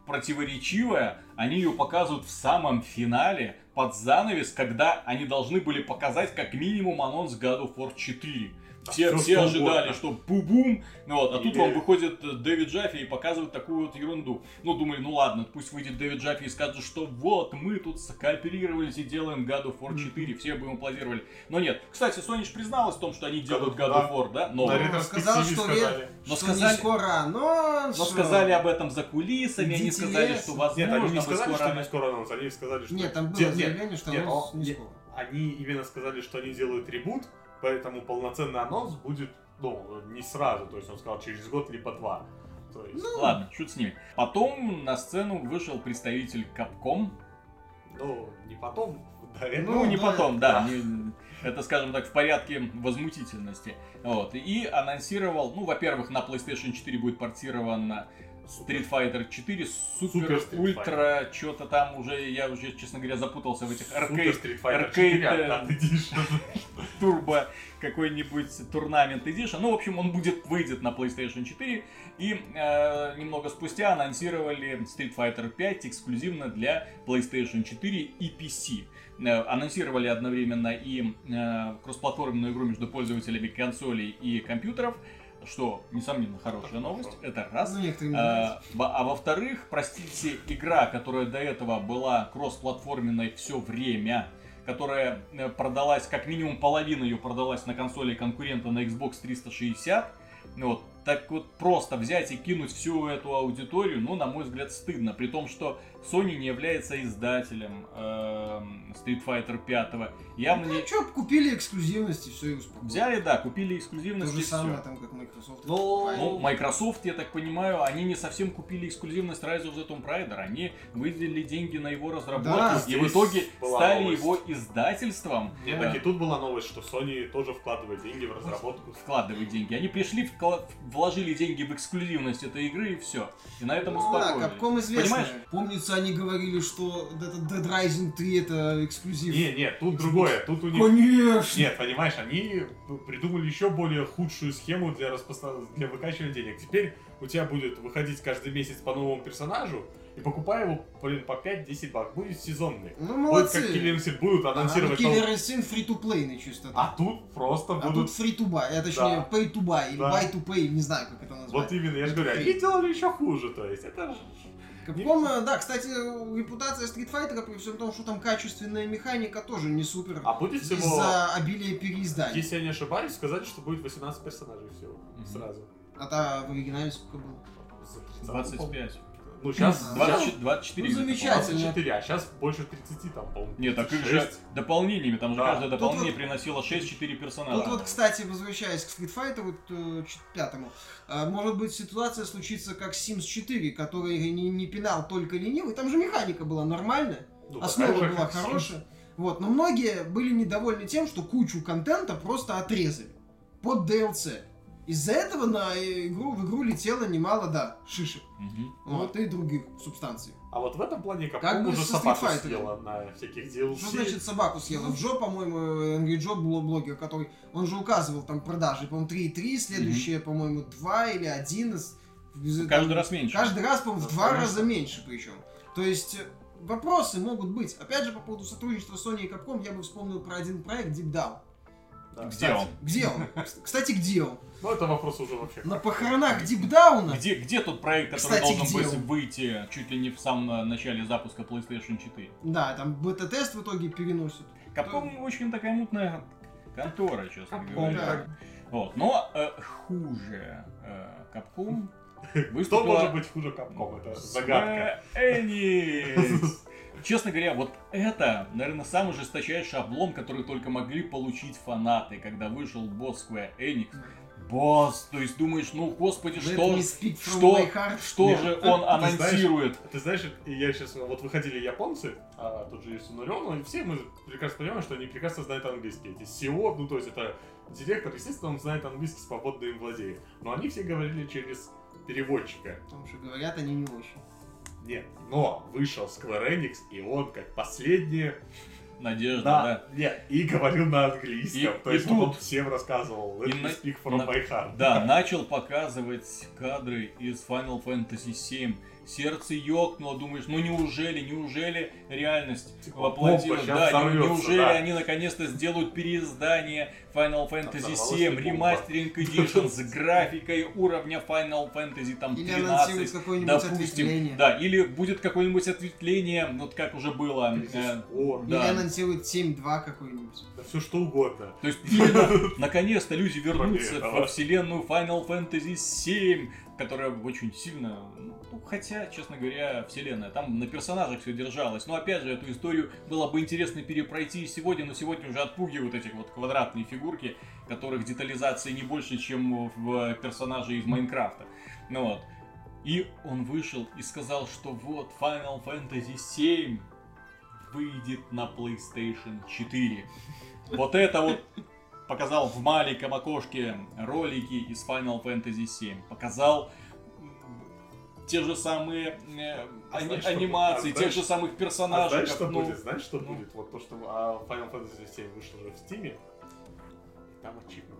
противоречивая, они ее показывают в самом финале, под занавес, когда они должны были показать как минимум анонс God of War 4. Все ожидали, что бу-бум, вот, а тут вам выходит Дэвид Джаффи и показывает такую вот ерунду. Ну, думали, ну ладно, пусть выйдет Дэвид Джаффи и скажет, что вот, мы тут скооперировались и делаем God of War 4, все бы ему аплодировали. Но нет. Кстати, Sony ж призналась в том, что они делают God of War, да? Но сказал, что не скоро анонс. Но сказали об этом за кулисами, они сказали, что возможно... Нет, они не сказали, что не скоро анонс, они сказали, что... Нет, там было заявление, что анонс не скоро. Они именно сказали, что они делают ребут, поэтому полноценный анонс будет, ну, не сразу, то есть он сказал через год либо 2. То есть... Ну, ладно, шут с ними. Потом на сцену вышел представитель Capcom. Ну, не потом, до этого. Ну, не потом, да. Это, скажем так, в порядке возмутительности. Вот. И анонсировал, ну, во-первых, на PlayStation 4 будет портирован Street Fighter 4, Супер, Ультра, что-то там уже, я уже, честно говоря, запутался в этих аркейд турбо какой-нибудь турнамент Edition. Ну, в общем, он выйдет на PlayStation 4. И немного спустя анонсировали Street Fighter 5 эксклюзивно для PlayStation 4 и PC. Анонсировали одновременно и кроссплатформенную игру между пользователями консолей и компьютеров, что, несомненно, хорошая новость, это раз. А во-вторых, простите, игра, которая до этого была кроссплатформенной все время, которая продалась, как минимум половина ее продалась на консоли конкурента на Xbox 360, вот, так вот просто взять и кинуть всю эту аудиторию, ну, на мой взгляд, стыдно. При том, что Sony не является издателем Street Fighter 5. Явно ну, не... что, купили эксклюзивности, все и успокоились. Взяли, да, купили эксклюзивности. То же самое там, как Microsoft. Ну, Microsoft, я так понимаю, они не совсем купили эксклюзивность Rise of the Tomb Raider. Они выделили деньги на его разработку, да, и в итоге стали его издательством. Нет, так и тут была новость, что Sony тоже вкладывает деньги в разработку. Вкладывает деньги. Они пришли, вложили деньги в эксклюзивность этой игры, и все. И на этом успокоились. Да, Capcom известно. Понимаешь? Помнится, они говорили, что Dead Rising 3 это эксклюзив. Нет, тут другое. Тут у них... Конечно! Нет, понимаешь, они придумали еще более худшую схему для выкачивания денег. Теперь у тебя будет выходить каждый месяц по новому персонажу, и покупай его, блин, по 5-10 баксов. Будет сезонный. Ну, молодцы. Вот как Killer Instinct будут анонсировать. Killer Instinct free-to-play чисто. А тут просто будут... А тут free-to-buy, точнее, pay-to-buy, или buy-to-pay, не знаю, как это назвать. Вот именно, я же говорю, они делали еще хуже, то есть это... Capcom, да, кстати, репутация Street Fighter, при всем том, что там качественная механика, тоже не супер. А будет всего... Из-за обилия переизданий. Если я не ошибаюсь, сказали, что будет 18 персонажей всего. Сразу. А в оригинале сколько было? 25. Ну, сейчас 24. Ну, замечательно. 24, а сейчас больше 30 там, по-моему. Нет, так их же дополнениями, там же каждое дополнение приносило 6-4 персонажа. Тут вот, кстати, возвращаясь к Street Fighter 5, может быть ситуация случится как с Sims 4, который не пинал только ленивый, там же механика была нормальная, основа была хорошая. Вот, но многие были недовольны тем, что кучу контента просто отрезали под DLC. Из-за этого в игру летело немало, да, шишек. Вот, и других субстанций. А вот в этом плане как уже собаку съела на всяких DLC. Что значит собаку съела? Джо, по-моему, Angry Joe блогер, который, он же указывал там продажи, по-моему, 3,3, следующее, по-моему, 2 или 1. Каждый раз меньше. Каждый раз, по-моему, в 2 раза меньше причем. То есть, вопросы могут быть. Опять же, по поводу сотрудничества Sony и Capcom, я бы вспомнил про один проект Deep Down. Да, где он? Где он? Кстати, где он? Ну, это вопрос уже вообще. На похоронах Дипдауна. Где тот проект, который должен выйти чуть ли не в самом начале запуска PlayStation 4? Да, там бета-тест в итоге переносят. Capcom очень такая мутная контора, честно говоря. Вот. Но хуже Capcom выступила... Кто может быть хуже Capcom? Это загадка. Честно говоря, вот это, наверное, самый жесточайший облом, который только могли получить фанаты, когда вышел босс Square Enix. Босс, то есть думаешь, ну господи, что же он анонсирует? Ты знаешь, я сейчас, вот выходили японцы, тут же есть Нурен, и все мы прекрасно понимаем, что они прекрасно знают английский. Эти SEO, ну то есть это директор, естественно, он знает английский, свободно им владеет. Но они все говорили через переводчика. Потому что говорят они не очень. Нет, но вышел Square Enix, и он как последняя надежда, да. Нет, и говорил на английском. То есть он всем рассказывал. Let me speak from my heart. Да, начал показывать кадры из Final Fantasy VII, сердце ёкнуло, думаешь, ну неужели реальность Типа, воплотилась? бомба Да, щас взорвётся, неужели да. они наконец-то сделают переиздание Final Fantasy Взорвалась VII, ли бомба? ремастеринг Edition с графикой уровня Final Fantasy там Или 13, анонсируют какое-нибудь допустим. ответвление. Да, или будет какое-нибудь ответвление, вот как уже было. Или Или Да. анонсируют 7.2 какой-нибудь. Да все что угодно. То есть именно, наконец-то люди вернутся Кроме во этого. вселенную Final Fantasy VII, которая очень сильно, ну, хотя, честно говоря, вселенная, там на персонажах все держалось. Но опять же, эту историю было бы интересно перепройти сегодня, но сегодня уже отпугивают этих вот квадратные фигурки, которых детализации не больше, чем в персонаже из Майнкрафта. Ну вот. И он вышел и сказал, что вот Final Fantasy VII выйдет на PlayStation 4. Вот это вот показал в маленьком окошке ролики из Final Fantasy VII. Показал те же самые знаешь, анимации, что- тех же самых персонажей. знаешь, как, что ну, будет? Знаешь, что ну. будет? Вот то, что Final Fantasy VII вышел уже в Steam, там ачивмент.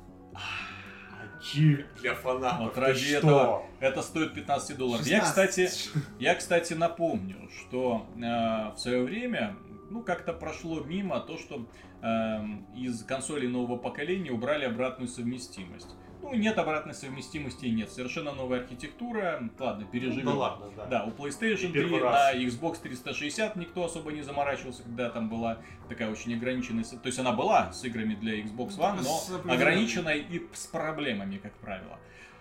Ачивмент для фанатов. Вот Ты ради что? этого это стоит $15. Я, 16. кстати, напомню, что в свое время, ну, как-то прошло мимо то, что из консолей нового поколения убрали обратную совместимость. Ну, нет обратной совместимости, нет. Совершенно новая архитектура. Ладно, переживем. Ну, да ладно, да. Да, у PlayStation И 3, первый на раз. Xbox 360 никто особо не заморачивался, когда там была такая очень ограниченная... То есть она была с играми для Xbox One, С но определенными. ограниченная и с проблемами, как правило.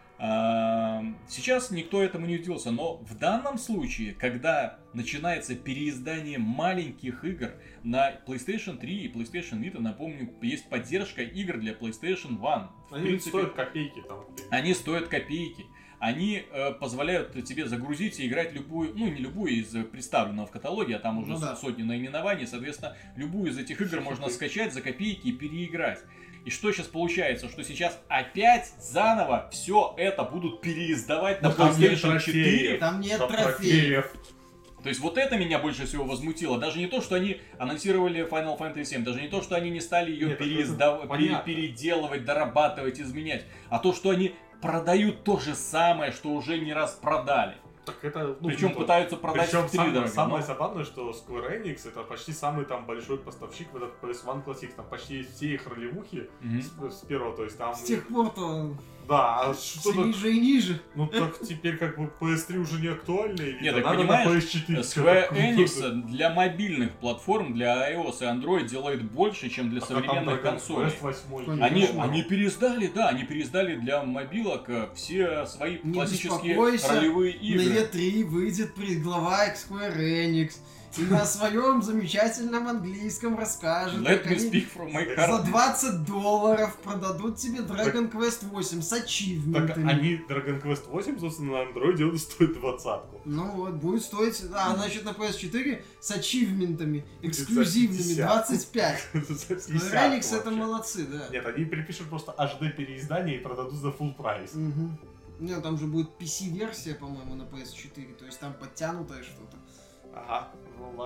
Сейчас никто этому не удивился, но в данном случае, когда начинается переиздание маленьких игр на PlayStation 3 и PlayStation Vita, напомню, есть поддержка игр для PlayStation One. В Они принципе, стоят копейки там. они стоят копейки. Они позволяют тебе загрузить и играть любую, ну не любую из представленного в каталоге, а там уже Ну да. сотни наименований, соответственно, любую из этих игр можно скачать за копейки и переиграть. И что сейчас получается? Что сейчас опять заново все это будут переиздавать на Ну, там нет PlayStation 4? трофеев. Там нет Там трофеев. То есть вот это меня больше всего возмутило. Даже не то, что они анонсировали Final Fantasy 7, даже не то, что они не стали ее Нет, это понятно. переделывать, дорабатывать, изменять, а то, что они продают то же самое, что уже не раз продали. Так это, ну, Причем ну, пытаются продать Причем в 3 дорого. самое но- забавное, что Square Enix это почти самый там большой поставщик в этот PS1 Classic. Там почти все их ролевухи Мгм. с первого, то есть там... С тех пор-то Да, а все что-то... ниже и ниже. Ну так теперь как бы PS3 уже не актуально, или Нет, да, так надо понимаешь, на PS4. Square что-то Enix для мобильных платформ, для iOS и Android делает больше, чем для А там современных Dragon консолей. Quest 8 Конечно. Они переиздали, да, они переиздали для мобилок все свои Не классические беспокойся, ролевые На игры. E3 выйдет глава Square Enix и на своем замечательном английском расскажет, Let как me они speak from my за heart. $20 продадут тебе Dragon Quest 8 с Так ачивментами. они Dragon Quest 8, собственно, на Android он стоит 20-ку. Ну вот, будет стоить, значит, на PS4 с ачивментами, Будет за эксклюзивными, 50. 25. За Square 50 Enix это вообще. молодцы, да. Нет, они перепишут просто HD переиздание и продадут за full прайс. Мгм. Не, там же будет PC-версия, по-моему, на PS4, то есть там подтянутое что-то. Ага, в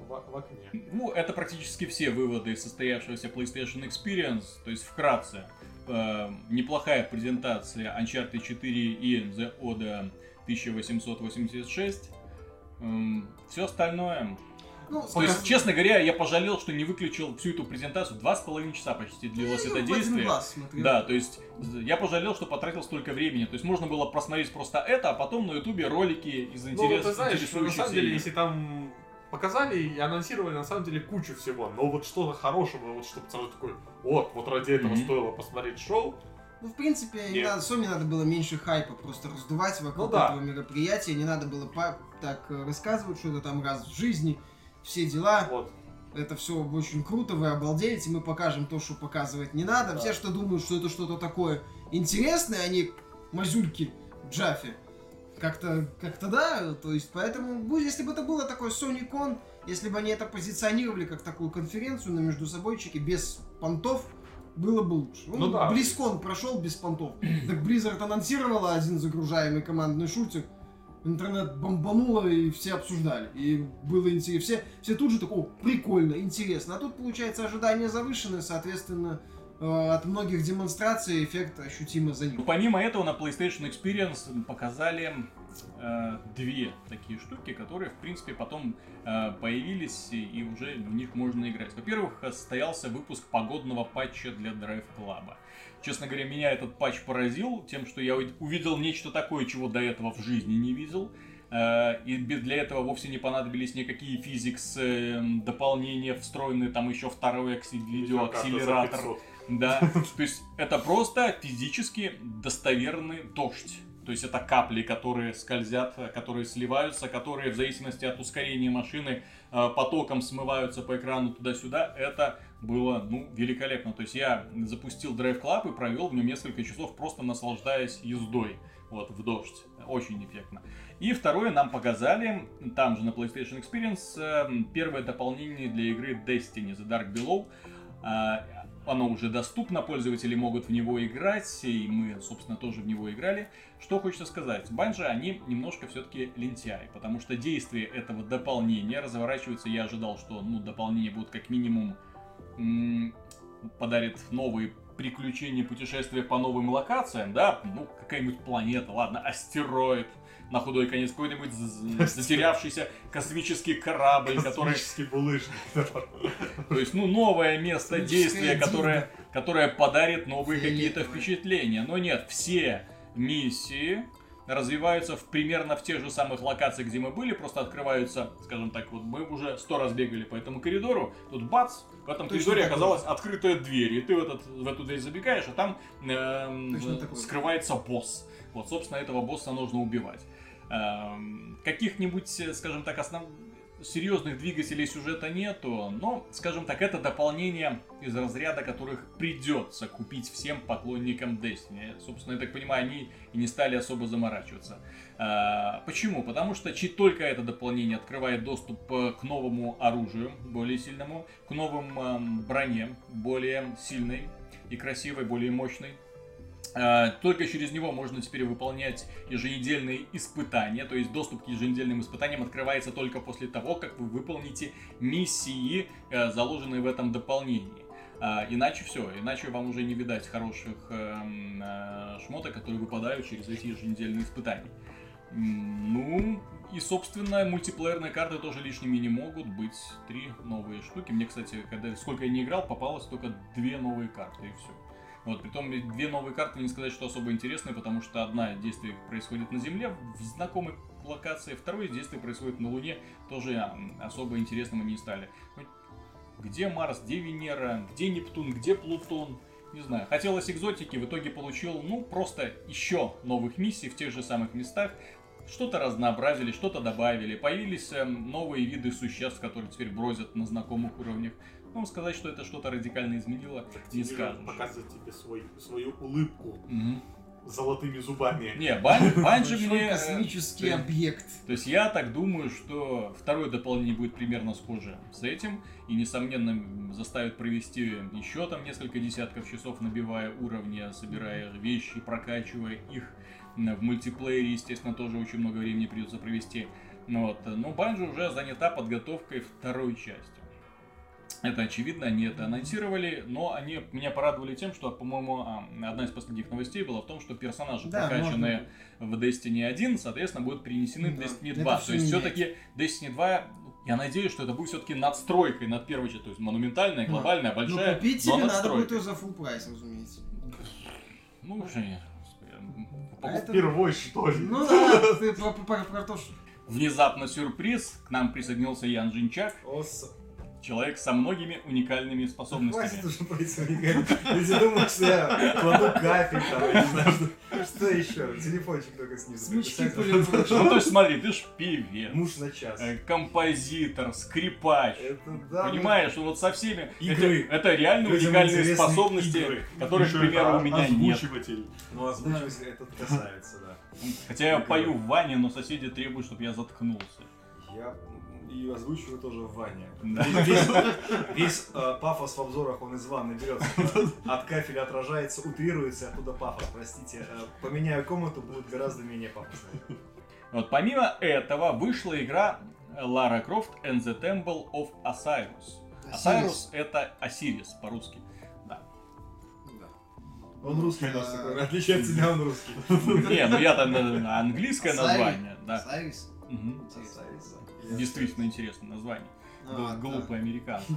окне. Ну, это практически все выводы из состоявшегося PlayStation Experience. То есть, вкратце, неплохая презентация Uncharted 4 и The Oda 1886. Все остальное... Ну, То есть, честно говоря, я пожалел, что не выключил всю эту презентацию. 2,5 часа почти длилось это в один действие. глаз смотрел. Да, то есть я пожалел, что потратил столько времени. То есть можно было просмотреть просто это, а потом на ютубе ролики из Ну, интересных, ты знаешь, на интересующихся самом деле, игр. если там показали и анонсировали на самом деле кучу всего, но вот что-то хорошего, вот чтобы сразу такой, вот ради этого Мгм. стоило посмотреть шоу. Ну, в принципе, не Нет. надо, Sony надо было меньше хайпа просто раздувать вокруг Ну да. этого мероприятия. Не надо было так рассказывать, что это там раз в жизни, все дела. Вот. Это все очень круто, вы обалдеете, мы покажем то, что показывать не надо. Да. Все, что думают, что это что-то такое интересное, они мазюльки в Джафе. Как-то да, то есть, поэтому, если бы это было такой SonyCon, если бы они это позиционировали как такую конференцию на междусобойчике без понтов, было бы лучше. Ну да. BlizzCon прошел без понтов. Так Blizzard анонсировала один загружаемый командный шутер, интернет бомбануло, и все обсуждали. И было интересно. Все тут же такого прикольно, интересно. А тут, получается, ожидания завышены, соответственно, от многих демонстраций эффект ощутимо заник. Ну, помимо этого, на PlayStation Experience показали две такие штуки, которые, в принципе, потом появились, и уже в них можно играть. Во-первых, состоялся выпуск погодного патча для Drive Club. Честно говоря, меня этот патч поразил тем, что я увидел нечто такое, чего до этого в жизни не видел. И для этого вовсе не понадобились никакие физикс, дополнения, встроенные там еще второй видеоакселератор. Да, то есть это просто физически достоверный дождь. То есть это капли, которые скользят, которые сливаются, которые в зависимости от ускорения машины потоком смываются по экрану туда-сюда. Это было, великолепно. То есть я запустил Drive Club и провел в нем несколько часов, просто наслаждаясь ездой в дождь. Очень эффектно. И второе нам показали, там же на PlayStation Experience, первое дополнение для игры Destiny The Dark Below. Оно уже доступно, пользователи могут в него играть, и мы, собственно, тоже в него играли. Что хочется сказать, Bungie, они немножко все-таки лентяи, потому что действие этого дополнения разворачивается, я ожидал, что, дополнение будут как минимум подарит новые приключения, путешествия по новым локациям, да, какая-нибудь планета, ладно, астероид, на худой конец какой-нибудь затерявшийся космический корабль, который... Космический булыжник. То есть, новое место действия, которое подарит новые какие-то впечатления. Но нет, все миссии развиваются примерно в тех же самых локациях, где мы были, просто открываются, скажем так, мы уже 100 раз бегали по этому коридору, тут бац, в этом коридоре оказалась открытая дверь, и ты в эту дверь забегаешь, а там скрывается босс. Собственно, этого босса нужно убивать. Каких-нибудь, скажем так, серьезных двигателей сюжета нету, но, скажем так, это дополнение из разряда, которых придется купить всем поклонникам Destiny. Собственно, я так понимаю, они и не стали особо заморачиваться. Почему? Потому что только это дополнение открывает доступ к новому оружию, более сильному, к новым броне, более сильной и красивой, более мощной. Только через него можно теперь выполнять еженедельные испытания, то есть доступ к еженедельным испытаниям открывается только после того, как вы выполните миссии, заложенные в этом дополнении. Иначе все, иначе вам уже не видать хороших шмоток, которые выпадают через эти еженедельные испытания. И, собственно, мультиплеерные карты тоже лишними не могут быть. 3 новые штуки. Мне, кстати, сколько я не играл, попалось только 2 новые карты, и все. Притом 2 новые карты, не сказать, что особо интересные, потому что одна действие происходит на Земле, в знакомой локации, второе действие происходит на Луне, тоже особо интересным они не стали. Где Марс, где Венера, где Нептун, где Плутон, не знаю. Хотелось экзотики, в итоге получил, просто еще новых миссий в тех же самых местах. Что-то разнообразили, что-то добавили, появились новые виды существ, которые теперь бродят на знакомых уровнях. Сказать, что это что-то радикально изменило, не скажешь. Показывать тебе свою улыбку золотыми зубами. Не, Bungie мне... космический объект. То есть я так думаю, что второе дополнение будет примерно схоже с этим. И, несомненно, заставит провести еще несколько десятков часов, набивая уровни, собирая вещи, прокачивая их. В мультиплеере, естественно, тоже очень много времени придется провести. Но Bungie уже занята подготовкой второй части. Это очевидно, они это анонсировали, но они меня порадовали тем, что, по-моему, одна из последних новостей была в том, что персонажи, прокачанные в Destiny 1, соответственно, будут перенесены в Destiny 2. То есть все-таки Destiny 2, я надеюсь, что это будет все-таки надстройкой над первой частью, то есть монументальная, глобальная, большая, но купить тебе надо будет ее за full прайс, разумеется. Уже впервой, что ли? Ты про то, что... Внезапно сюрприз, к нам присоединился Ян Жинчак. Человек со многими уникальными способностями. Хватит уже про эти уникальные. Ты думаешь, что я кладу кафель там, я не знаю, что еще? Телефончик только с ним. Смычки то есть смотри, ты ж певец. Муж за час. Композитор, скрипач. Понимаешь, что со всеми... Игры. Это реально уникальные способности, которые, к примеру, у меня нет. Озвучиватель. Озвучиватель этот красавица, да. Хотя я пою в ванне, но соседи требуют, чтобы я заткнулся. И озвучиваю тоже в ванне. Да. Весь пафос в обзорах он из ванны берется. От кафеля отражается, утрируется, оттуда пафос. Простите, поменяю комнату, будет гораздо менее пафосно. Помимо этого вышла игра Lara Croft and the Temple of Osiris. Osiris это Осирис по-русски. Да. Он русский, отличает себя, он русский. Не, ну я там английское название, да. Сайрис. Действительно интересное название. Глупый американцы.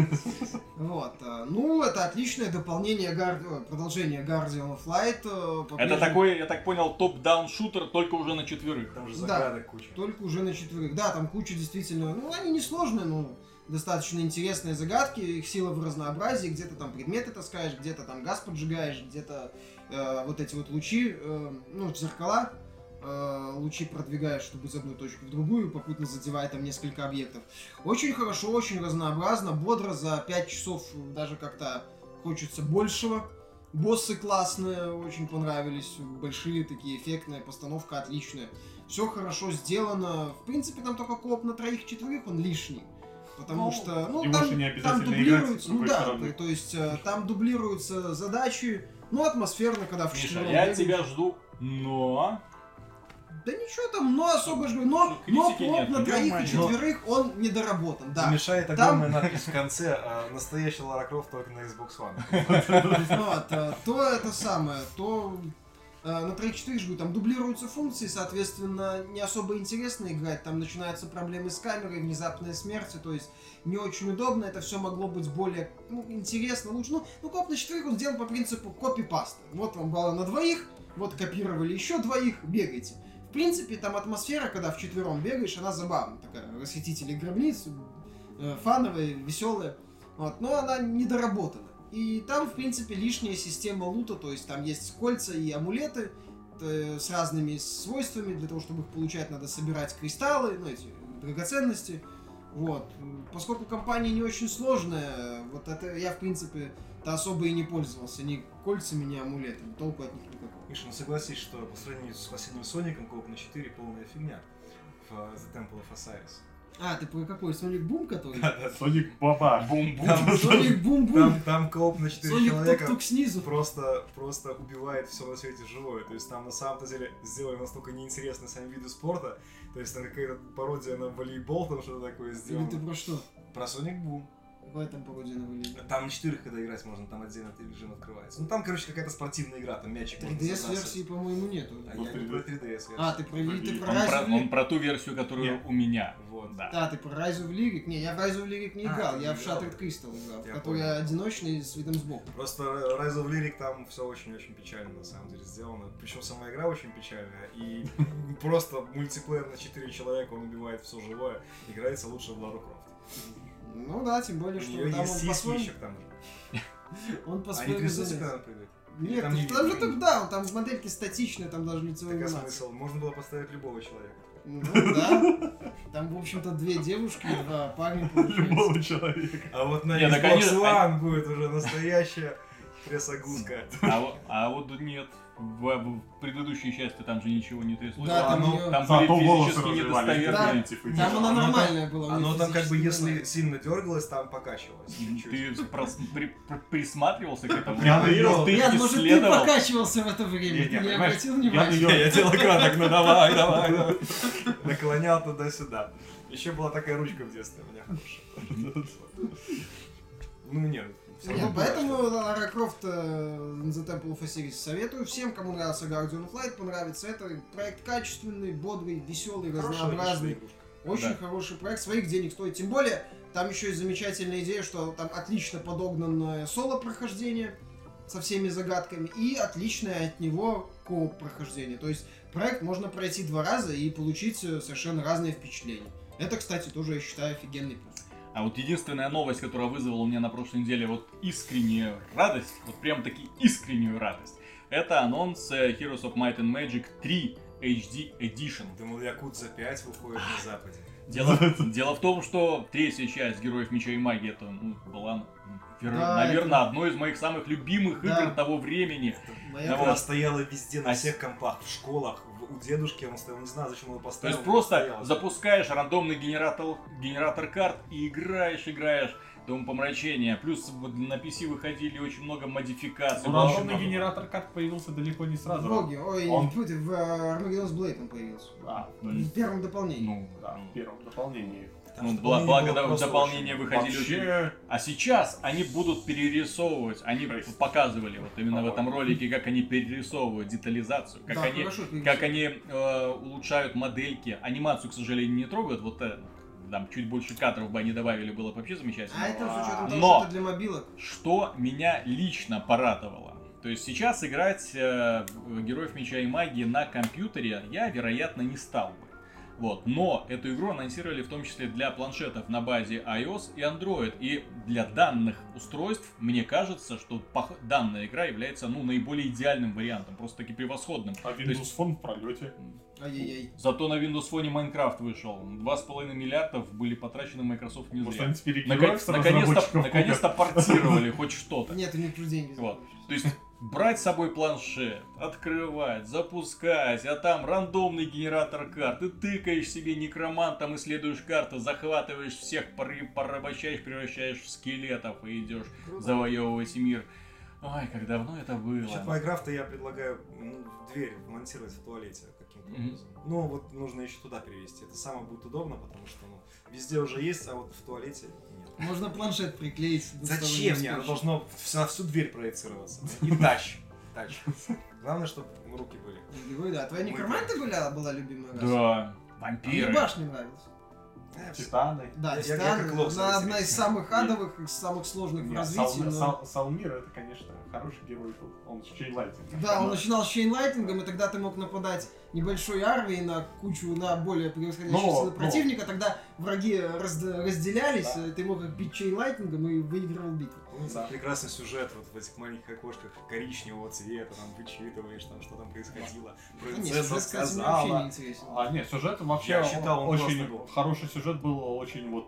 Вот. Ну, это отличное дополнение, продолжение Guardian of Light. Это такой, я так понял, топ-даун шутер, только уже на 4. Там же загадок куча. Только уже на 4. Да, там куча действительно, ну, они не сложные, но достаточно интересные загадки, их сила в разнообразии, где-то там предметы таскаешь, где-то там газ поджигаешь, где-то вот эти вот лучи, ну, зеркала, лучи продвигаешь, чтобы из одной точки в другую, попутно задевая там несколько объектов. Очень хорошо, очень разнообразно, бодро, за 5 часов даже как-то хочется большего. Боссы классные, очень понравились, большие такие, эффектная постановка отличная. Все хорошо сделано, в принципе там только кооп на 3-4, он лишний. Потому что, ну, там дублируются, ну да, то есть там дублируются задачи, ну, атмосферно, когда в Миша, я тебя жду, но... Да ничего там, но особо же, но кооп на 3 и 4 он недоработан, да. Мешает огромная надпись в конце, настоящий Лара Крофт только на Xbox One. Вот, то это самое, то... На 3.4 же там дублируются функции, соответственно, не особо интересно играть, там начинаются проблемы с камерой, внезапные смерти, то есть не очень удобно, это все могло быть более интересно, лучше. Ну, кооп на 4 он сделан по принципу копи-паста. Вот вам баллы на 2, вот копировали еще 2, бегайте. В принципе, там атмосфера, когда вчетвером бегаешь, она забавная, такая, расхитители гробниц, фановая, веселая, вот, но она недоработана. И там, в принципе, лишняя система лута, то есть там есть кольца и амулеты с разными свойствами, для того, чтобы их получать, надо собирать кристаллы, ну, эти драгоценности, вот. Поскольку компания не очень сложная, вот это я, в принципе-то особо и не пользовался ни кольцами, ни амулетами, толку от них никакого. Миша, ну согласись, что по сравнению с последним Соником, кооп на 4 полная фигня в The Temple of Osiris. А, ты про какой? Соник Бум, который? Да, Соник Баба. Бум-бум. Соник Бум-Бум. Там кооп на 4 Соник человека Тук-Тук снизу. просто убивает все на свете живое. То есть там на самом-то деле сделали настолько неинтересные сами виды спорта. То есть там какая-то пародия на волейбол, там что-то такое сделано. Или ты про что? Про Соник Бум. В этом пародия на волейбол. Там на 4, когда играть можно, там отдельно режим открывается. Ну там, короче, какая-то спортивная игра, там мячик можно 3DS-версии, по-моему, нету. А я не про 3DS-версию. А, ты про Rise Он про ту версию, которую у меня. Вот, да. Да, ты про Rise of Lyric? Не, я в Rise of Lyric не играл, я в Shattered Crystal играл, который одиночный с видом сбоку. Просто Rise of Lyric там все очень-очень печально на самом деле сделано. Причем сама игра очень печальная. И просто мультиплеер на 4 человека, он убивает все живое. Играется лучше в Лару Крофт. Ну да, тем более, что там он по-своему... Он по-своему... Они трясутся, когда он прыгает? Нет, там же так, да, там модельки статичные, там даже лицевой анимации. анимации. Смысл? Можно было поставить любого человека. Ну да. Там, в общем-то, 2 девушки и 2 парня получается. Любого человека. А вот на Xbox One будет уже настоящая трясогузка. А вот нет. В предыдущей части там же ничего не тряслось. Да, там были физически недостоверные. Там она нормальная была. Оно там как бы, если сильно дергалось, там покачивалось. Ты присматривался к этому? Нет, может, ты покачивался в это время, ты не обратил внимания. Я делал экран так, ну давай. Наклонял туда-сюда. Еще была такая ручка в детстве у меня хорошая. Ну нет. Нет, поэтому Лара Крофт The Temple of Osiris советую всем, кому нравился Guardian of Light, понравится это. Проект качественный, бодрый, веселый, разнообразный. Очень хороший проект, своих денег стоит. Тем более, там еще есть замечательная идея, что там отлично подогнанное соло-прохождение со всеми загадками и отличное от него кооп-прохождение. То есть проект можно пройти 2 раза и получить совершенно разные впечатления. Это, кстати, тоже, я считаю, офигенный плюс. А вот единственная новость, которая вызвала у меня на прошлой неделе вот искреннюю радость, вот прям таки искреннюю радость, это анонс Heroes of Might and Magic 3 HD Edition. Думал, Якудза 5 выходит на Западе. Дело в том, что 3-я часть Героев Меча и Магии это была, наверное, одной из моих самых любимых игр того времени. Она стояла везде, на всех компах, в школах, у дедушки он стоял, не знаю, зачем он его поставил. То есть просто запускаешь рандомный генератор карт и играешь до умопомрачения. Плюс на PC выходили очень много модификаций. Рандомный генератор карт появился далеко не сразу. В Armageddon's Blade он появился. В первом дополнении. В первом дополнении. Ну, благо дополнения очень. выходили Вообще... А сейчас они будут перерисовывать. Они показывали вот именно в этом ролике, как они перерисовывают детализацию, как Да, они, хорошо как они улучшают модельки. Анимацию, к сожалению, не трогают. Вот там чуть больше кадров бы они добавили, было бы вообще замечательно. А это с учетом того, Но что это для мобилок. что меня лично порадовало. То есть сейчас играть Героев Меча и Магии на компьютере я, вероятно, не стал бы. Вот. Но эту игру анонсировали в том числе для планшетов на базе iOS и Android. И для данных устройств, мне кажется, что данная игра является наиболее идеальным вариантом, просто-таки превосходным. А Windows Phone в пролете. Ай-яй-яй. Зато на Windows Phone Minecraft вышел. 2,5 миллиардов были потрачены Microsoft не Может, зря. они теперь и героев с Наконец-то разработчиков портировали хоть что-то. Нет, у них уже деньги. Вот. То есть брать с собой планшет, открывать, запускать, а там рандомный генератор карт. Ты тыкаешь себе некромантом, исследуешь карты, захватываешь всех, порабощаешь, превращаешь в скелетов и идешь завоевывать мир. Ой, как давно это было. Насчет Майнкрафта я предлагаю дверь монтировать в туалете каким-то образом. Ну, вот нужно еще туда перевести. Это самое будет удобно, потому что везде уже есть, а вот в туалете нет. Можно планшет приклеить. Зачем мне? Оно должно на всю дверь проецироваться. И тач. Главное, чтобы руки были. Да, твои некроманты была любимая раса? Да, Мне вампиры. башня нравилась. Титаны. Да, Я Титаны, как Локс она одна из интересен. самых адовых и самых сложных в Нет, развитии. но- Салмир это, конечно, хороший герой был. Он с чейлайтингом. Да, он начинал с чейнлайтингом, и тогда ты мог нападать небольшой армией на более превосходящие силы противника, тогда враги разделялись, ты мог их бить чейнлайтингом и выигрывал битву. Прекрасный сюжет вот в этих маленьких окошках коричневого цвета, там вычитываешь, там, что там происходило. Нет, сюжет, кстати, мне вообще не интересен. Нет, сюжет вообще Я считал, он очень классный был. хороший сюжет был, очень вот...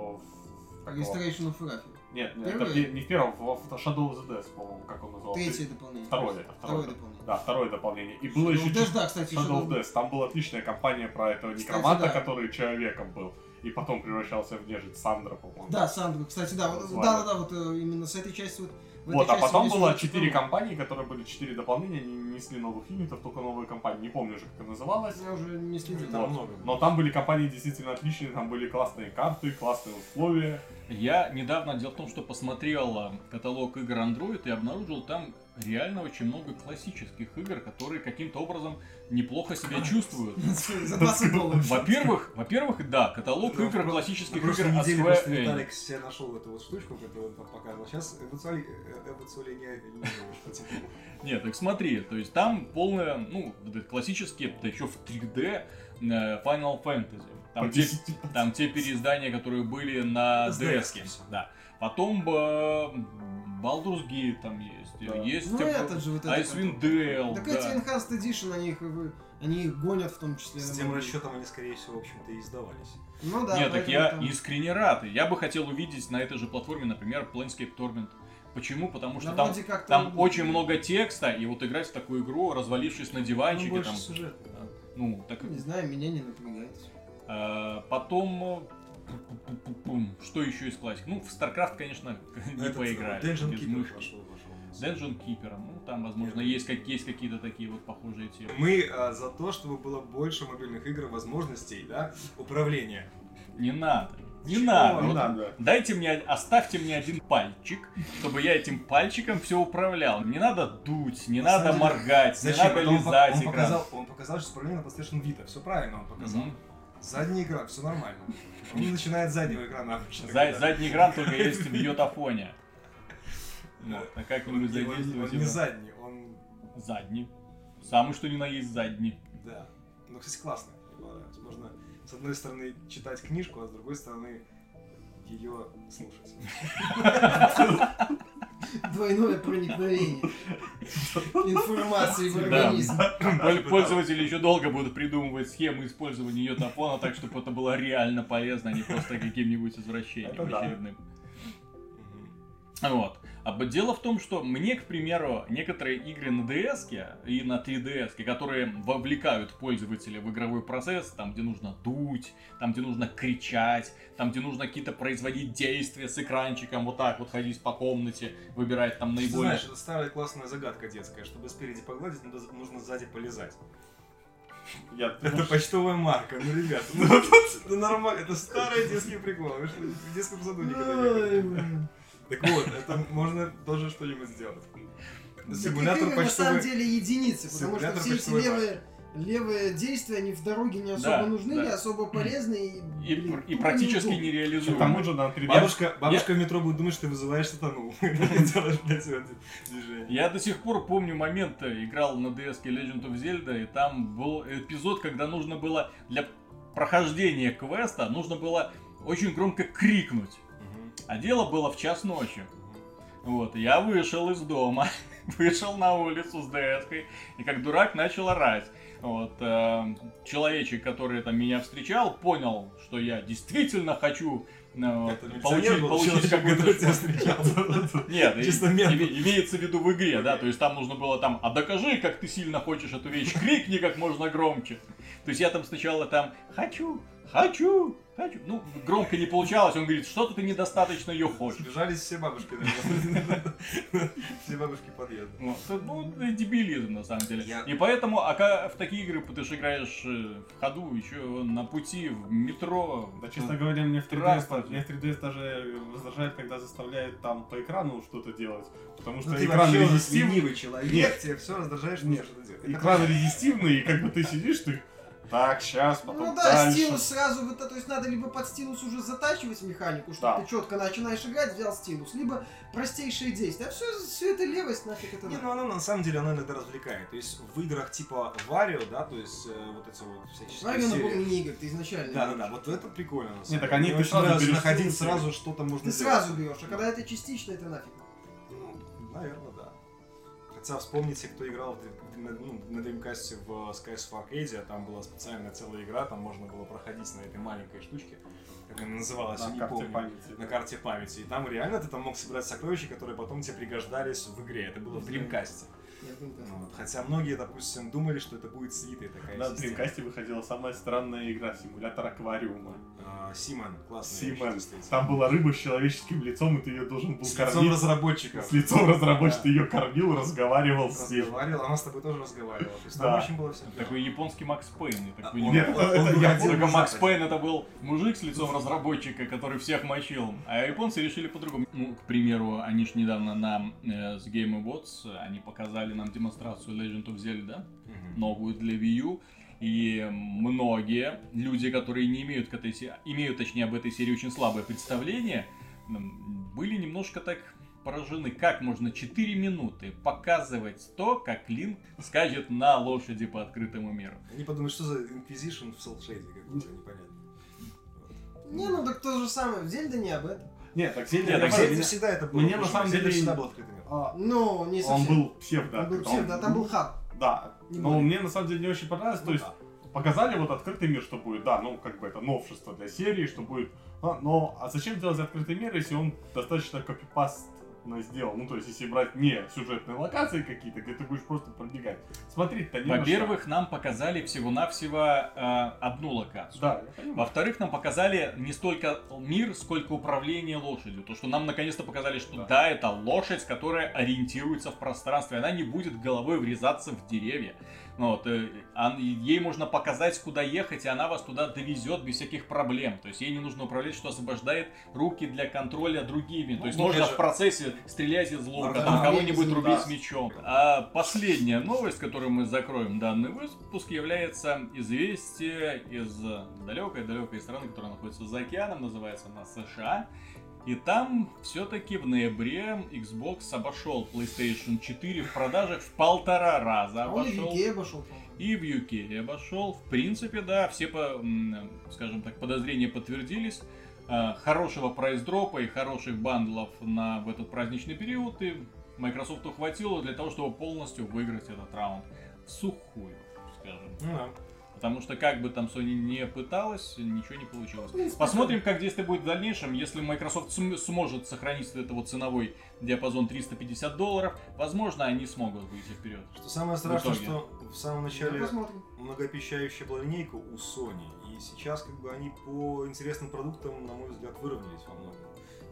Restoration of Raphael. Нет, Первый? это не в первом, в Shadow of the Dead, по-моему, как он назывался. Третье дополнение. Второе это. Второе дополнение. Да, второе дополнение. И было Shadow еще of Death, да, кстати, Shadow of Death. Там была отличная кампания про этого Кстати, некроманта, да. который человеком был. И потом превращался в нежить Сандра, по-моему. Да, Сандра, кстати, да, Звали. да, вот именно с этой части вот. в этой Вот, а части потом мне было сюжет 4 понравился. кампании, которые были 4 дополнения, они несли новых юнитов, только новые кампании. Не помню уже, как это называлось. Я уже не следил. Там Вот. много. Но там были кампании действительно отличные, там были классные карты, классные условия. Я недавно, дело в том, что посмотрел каталог игр Android и обнаружил там реально очень много классических игр, которые каким-то образом неплохо себя чувствуют. За $20. Во-первых, да, каталог игр, классических На игр прошлой от неделе Square просто Enix. Виталик себе нашел эту вот штучку, которую он там показывал. Сейчас Нет, так смотри, то есть там полное, вот это классические, да еще в 3D Final Fantasy. Там те переиздания, которые были на DS-ке. Да. Потом Baldur's Gate там есть. Да. Есть Ну, этот же вот этот. Icewind Dale. Так да. эти Enhanced Edition, они их гонят в том числе. С на тем мобиле. расчетом они, скорее всего, в общем-то, и издавались. Ну да. Нет, так поэтому я там- искренне рад. Я бы хотел увидеть на этой же платформе, например, Planescape Torment. Почему? Потому что Да, там, вроде как там очень много текста, и вот играть в такую игру, развалившись на Ну, диванчике, больше там, сюжет. так, Не знаю, меня не напрягает. потом, что еще из классик? В StarCraft, конечно, не поиграли. Dungeon без Keeper мышки. пошел. Dungeon Keeper, там, возможно, есть какие-то такие вот похожие темы. Мы за то, чтобы было больше мобильных игр, возможностей, да, управления. Не надо. Не Чего? надо. Не Вот надо. оставьте мне один пальчик, чтобы я этим пальчиком все управлял. Не надо дуть, не надо моргать, не надо Это лизать он экран. показал, что управление на PlayStation Vita. Все правильно он показал. Мгм. Задний экран, все нормально. Он не начинает с заднего экрана обычно. Задний экран только есть в йотафоне. Вот, а как-нибудь Он задействовать не его. задний, он... Задний. Самый что ни на есть задний. Да. Ну, кстати, классно. Мне понравилось. Можно, с одной стороны, читать книжку, а с другой стороны, ее слушать. Двойное проникновение информации в Да. организм. Пользователи еще долго будут придумывать схемы использования йотафона так, чтобы это было реально полезно, а не просто каким-нибудь извращением Это да. очередным. Вот. Дело в том, что мне, к примеру, некоторые игры на DS и на 3DS, которые вовлекают пользователя в игровой процесс, там, где нужно дуть, там, где нужно кричать, там, где нужно какие-то производить действия с экранчиком, вот так вот ходить по комнате, выбирать там Ты наиболее... знаешь, это старая классная загадка детская. Чтобы спереди погладить, нужно сзади полезать. Это почтовая марка, ну, ребят, это нормально, это старый детский прикол, вы что, в детском саду никогда не были. Так вот, это можно тоже что-нибудь сделать. Симулятор почтовой... на самом деле единицы, потому что все эти левые действия, они в дороге не особо нужны, не особо полезны и практически нереализуемы. К тому же на 3D... Бабушка в метро будет думать, что ты вызываешь сатану. Делаешь для себя движение. Я до сих пор помню момент, играл на DS Legend of Zelda, и там был эпизод, когда нужно было для прохождения квеста, нужно было очень громко крикнуть. А дело было в 1:00 ночи. Вот, я вышел из дома, вышел на улицу с DS-кой, и как дурак начал орать. Вот, человечек, который там меня встречал, понял, что я действительно хочу получить какой-то... Нет, имеется в виду в игре, да, то есть там нужно было там, а докажи, как ты сильно хочешь эту вещь, крикни как можно громче. То есть я там сначала там, хочу. Ну, громко не получалось, он говорит, что-то ты недостаточно ее хочешь. Сбежались все бабушки, наверное. Все бабушки подъедут. Ну, это дебилизм, на самом деле. И поэтому, в такие игры ты же играешь в ходу, еще на пути, в метро. Да, честно говоря, мне в 3DS даже раздражает, когда заставляют там по экрану что-то делать. Потому что экран резистивный. Ленивый человек, тебе все раздражает, что нужно что-то делать. Экран резистивный, и как бы ты сидишь, ты... Так, сейчас, потом ну да, дальше. стилус сразу, то есть надо либо под стилус уже затачивать механику, чтобы ты четко начинаешь играть, взял стилус, либо простейшие действия. А все это левость, нафиг это. Не, ну она на самом деле она иногда развлекает. То есть в играх типа Wario, да, то есть вот эти вот всяческие Wario напомню мини-игр, ты изначально. Да, вот это прикольно. Нет, так они ты сразу берешь. Находить сразу что-то можно делать. Ты сразу берешь, а когда это частично, это нафиг. Ну, наверное, да. Хотя вспомните, кто играл на Dreamcast в Skies of Arcadia, там была специальная целая игра, там можно было проходить на этой маленькой штучке, как она называлась, я не помню, на карте памяти. И там реально ты там мог собирать сокровища, которые потом тебе пригождались в игре. Это было в Dreamcast. Вот. Хотя многие, допустим, думали, что это будет слитая такая система. На Dreamcast выходила самая странная игра, симулятор аквариума. Симон, классная. Симон. Там была рыба с человеческим лицом, и ты ее должен был кормить. С лицом разработчика. С лицом разработчика ты ее кормил, разговаривал с ним. Разговаривал, она с тобой тоже разговаривала. То есть там очень было все. Такой японский Макс Пейн. Нет, Макс Пейн это был мужик с лицом разработчика, который всех мочил. А японцы решили по-другому. Ну, к примеру, они ж недавно на The Game Awards, они показали нам демонстрацию Legend of Zelda, новую для Wii U. И многие люди, которые не имеют точнее, об этой серии очень слабое представление, были немножко так поражены, как можно 4 минуты показывать то, как Линк скачет на лошади по открытому миру. Они подумают, что за Inquisition в Soulshade какой-то непонятно. Не, ну так то же самое, в Зельде не об этом. Нет, так Зельда всегда это было. Мне на самом деле всегда был открытый мир. Ну, не совсем. Он был псевдо. Он был псевдо, там был хаб. Да, но мне на самом деле не очень понравилось, то есть показали вот открытый мир, что будет, да, ну как бы это новшество для серии, что будет, но а зачем делать открытый мир, если он достаточно копипаст сделал, ну то есть если брать не сюжетные локации какие-то, где ты будешь просто пробегать, смотреть-то не. Во-первых, нам показали всего-навсего одну локацию. Да, я понимаю. Во-вторых, нам показали не столько мир, сколько управление лошадью. То, что нам наконец-то показали, что да, это лошадь, которая ориентируется в пространстве, она не будет головой врезаться в деревья. Вот, ей можно показать, куда ехать, и она вас туда довезет без всяких проблем. То есть ей не нужно управлять, что освобождает руки для контроля другими. То есть можно в процессе стрелять из лука, там кого-нибудь рубить мечом. А последняя новость, которую мы закроем данный выпуск, является известие из далекой страны, которая находится за океаном, называется она США. И там все-таки в ноябре Xbox обошел PlayStation 4 в продажах в 1,5 раза. Он и в UK обошел. И в UK обошел. В принципе, да, все, скажем так, подозрения подтвердились. Хорошего прайс-дропа и хороших бандлов в этот праздничный период. И Microsoft хватило для того, чтобы полностью выиграть этот раунд. В сухую, скажем. Потому что как бы там Sony не пыталась, ничего не получилось. Посмотрим, как действие будет в дальнейшем. Если Microsoft сможет сохранить этот вот ценовой диапазон $350, возможно, они смогут выйти вперед. Что самое страшное, что в самом начале многообещающая была линейка у Sony. И сейчас как бы они по интересным продуктам, на мой взгляд, выровнялись во многом.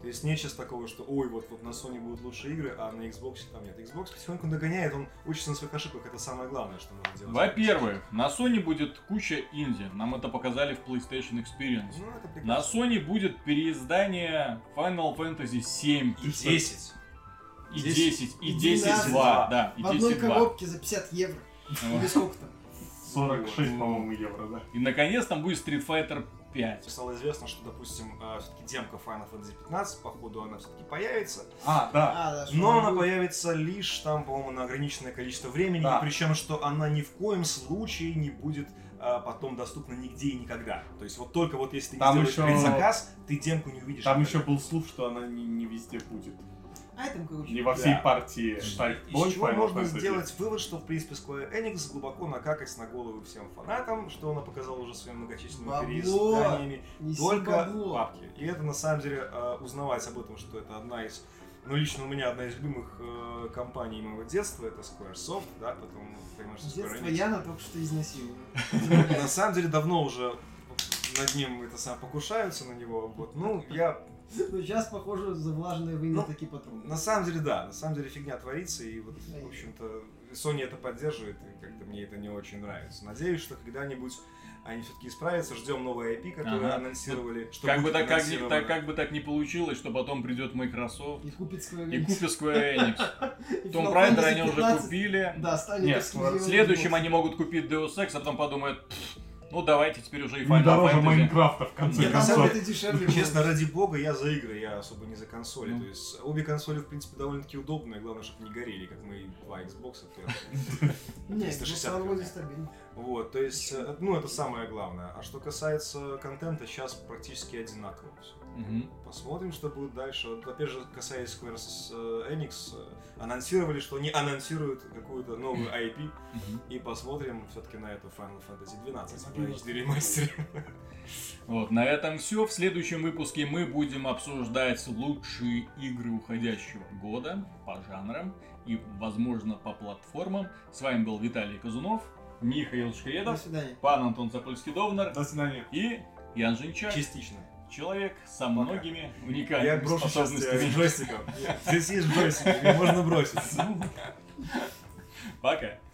То есть нет сейчас такого, что ой, вот на Sony будут лучшие игры, а на Xbox там нет. Xbox потихоньку догоняет, он учится на своих ошибках, это самое главное, что можно делать. Во-первых, на Sony будет куча инди, нам это показали в PlayStation Experience. Ну, это прекрасно. На Sony будет переиздание Final Fantasy 7. И 10. И 10, 10, и и 10 12. 2, да, и В одной 10 2. коробке за 50 евро. Или сколько там? 46, по-моему, евро, да. И наконец там будет Street Fighter 5. Стало известно, что, допустим, все-таки демка Final Fantasy 15, походу, она все-таки появится. Да. Да, что Но он она будет. появится лишь там, по-моему, на ограниченное количество времени. Да. И причем, что она ни в коем случае не будет потом доступна нигде и никогда. То есть вот только вот если ты Там не сделаешь еще- предзаказ, ты демку не увидишь. Там никогда. еще был слух, что она не везде будет. А там, короче, Не во всей Да. партии. Из Ноль чего Final можно Fantasy. сделать вывод, что в принципе Square Enix глубоко накакать на голову всем фанатам, что она показала уже своими многочисленными Бабло! переизданиями. неси Только бабло. папки. И это на самом деле узнавать об этом, что это одна из, ну лично у меня одна из любимых компаний моего детства, это Squaresoft, да, потом понимаешь, что С Square детства Enix. Яна только что изнасиловала. На самом деле давно уже над ним это сам покушаются на него, вот, ну я Ну, сейчас, похоже, завлаженное вымя Ну, таки потрудно. на самом деле да, на самом деле фигня творится, и вот, в общем-то, Sony это поддерживает, и как-то мне это не очень нравится. Надеюсь, что когда-нибудь они все-таки исправятся, ждем новый IP, который Ага. анонсировали. Что Как бы, будет так, анонсировано. как бы так не получилось, что потом придет Microsoft И купит Square и Enix. купит Square Enix. И Tomb Final Raider Fantasy они уже 15, купили. Да, станет Нет, эксклюзивом в следующем Xbox. они могут купить Deus Ex, а потом подумают, ну давайте теперь уже и Не Final дороже Fantasy. Майнкрафта, в конце Нет, там концов. это дешевле. Честно, будет. ради бога, я за игры, я особо не за консоли. Ну. То есть обе консоли, в принципе, довольно-таки удобные, главное, чтобы не горели, как мои два Xbox. Нет, 360 Xbox One вроде как-то. стабильно. Вот, то есть, ну, это самое главное. А что касается контента, сейчас практически одинаково все. Мгм. Посмотрим, что будет дальше. Вот, опять же, касаясь Square Enix, анонсировали, что они анонсируют какую-то новую IP, Мгм. и посмотрим все-таки на эту Final Fantasy 12 в Во-первых. HD ремастере. Вот, на этом все. В следующем выпуске мы будем обсуждать лучшие игры уходящего года по жанрам и, возможно, по платформам. С вами был Виталий Казунов, Михаил До Шкредов, свидания. пан Антон Запольский-Довнар До свидания. и Ян Женчак. Частично. Человек со Пока. многими Я уникальными брошу сейчас способностями. джойстиком. Здесь есть джойстик, его можно бросить. Пока.